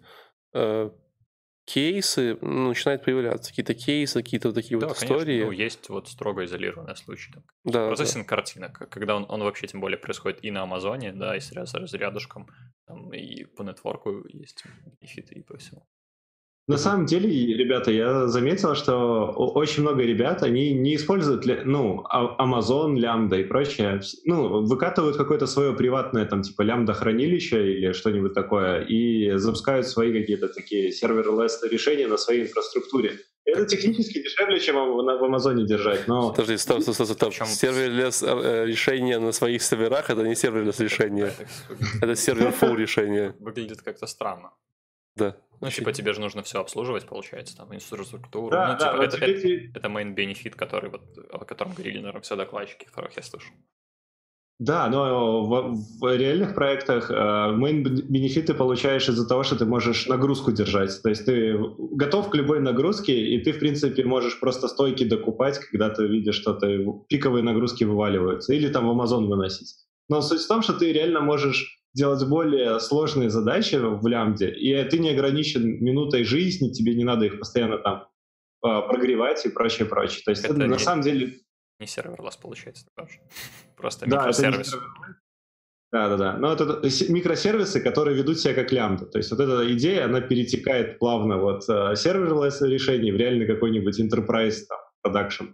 [SPEAKER 1] кейсы начинают появляться, какие-то кейсы, какие-то вот такие вот истории.
[SPEAKER 5] Конечно, ну, есть вот строго изолированные случаи.
[SPEAKER 1] Да,
[SPEAKER 5] процессинг картинок, когда он вообще тем более происходит и на Амазоне, да, и рядышком, там, и по нетворку есть бенефиты, и по всему.
[SPEAKER 4] На самом деле, ребята, я заметил, что очень много ребят, они не используют, Amazon, Lambda и прочее. Ну, выкатывают какое-то свое приватное, там, типа, Lambda-хранилище или что-нибудь такое, и запускают свои какие-то такие серверлесс решения на своей инфраструктуре. Это технически дешевле, чем в Амазоне держать, но...
[SPEAKER 1] Подожди, стоп. Серверлесс решения на своих серверах — это не серверлесс решение. Это сервер-фул решение.
[SPEAKER 5] Выглядит как-то странно.
[SPEAKER 1] Да.
[SPEAKER 5] Ну, типа, тебе же нужно все обслуживать, получается, там, инфраструктуру.
[SPEAKER 4] Да,
[SPEAKER 5] это main-бенефит, о котором говорили, наверное, все докладчики, которых я слышу.
[SPEAKER 4] Да, но в реальных проектах main-бенефит ты получаешь из-за того, что ты можешь нагрузку держать. То есть ты готов к любой нагрузке, и ты, в принципе, можешь просто стойки докупать, когда ты видишь, что пиковые нагрузки вываливаются, или там в Amazon выносить. Но суть в том, что ты реально можешь делать более сложные задачи в лямбде, и ты не ограничен минутой жизни, тебе не надо их постоянно там прогревать и прочее. То есть это на самом деле...
[SPEAKER 5] Не серверлесс получается тоже. Просто микросервис.
[SPEAKER 4] Да. Но это микросервисы, которые ведут себя как лямбда. То есть вот эта идея, она перетекает плавно вот серверлесс решений в реальный какой-нибудь enterprise продакшн.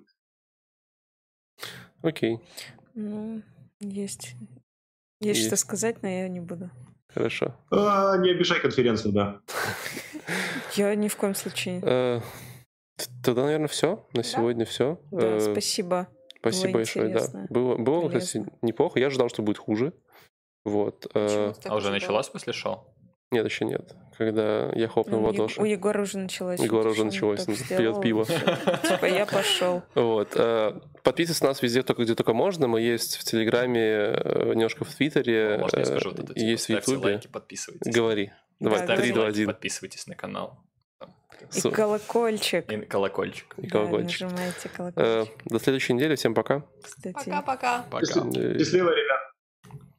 [SPEAKER 1] Окей.
[SPEAKER 3] Ну, есть что сказать, но я не буду.
[SPEAKER 1] Хорошо.
[SPEAKER 4] Не обижай конференцию, да.
[SPEAKER 3] Я ни в коем случае.
[SPEAKER 1] Тогда, наверное, все. На сегодня все.
[SPEAKER 3] Да, спасибо.
[SPEAKER 1] Спасибо большое, да. Было, кстати, неплохо. Я ожидал, что будет хуже. Вот.
[SPEAKER 5] А уже началась после шоу?
[SPEAKER 1] Нет, еще нет. Когда я хлопнул в ладоши.
[SPEAKER 3] У Егора уже началось.
[SPEAKER 1] Егора уже началось. Пьет пиво.
[SPEAKER 3] Типа я пошел.
[SPEAKER 1] Вот. Подписывайтесь на нас везде, где только можно. Мы есть в Телеграме, немножко в Твиттере.
[SPEAKER 5] Можно я скажу вот это?
[SPEAKER 1] Есть в Ютубе.
[SPEAKER 5] Лайки, подписывайтесь.
[SPEAKER 1] Говори. Давай, 3, 2, 1.
[SPEAKER 5] Подписывайтесь на канал.
[SPEAKER 3] И колокольчик.
[SPEAKER 5] И колокольчик.
[SPEAKER 3] Нажимайте колокольчик.
[SPEAKER 1] До следующей недели. Всем пока.
[SPEAKER 2] Пока-пока.
[SPEAKER 4] Счастливо, ребята.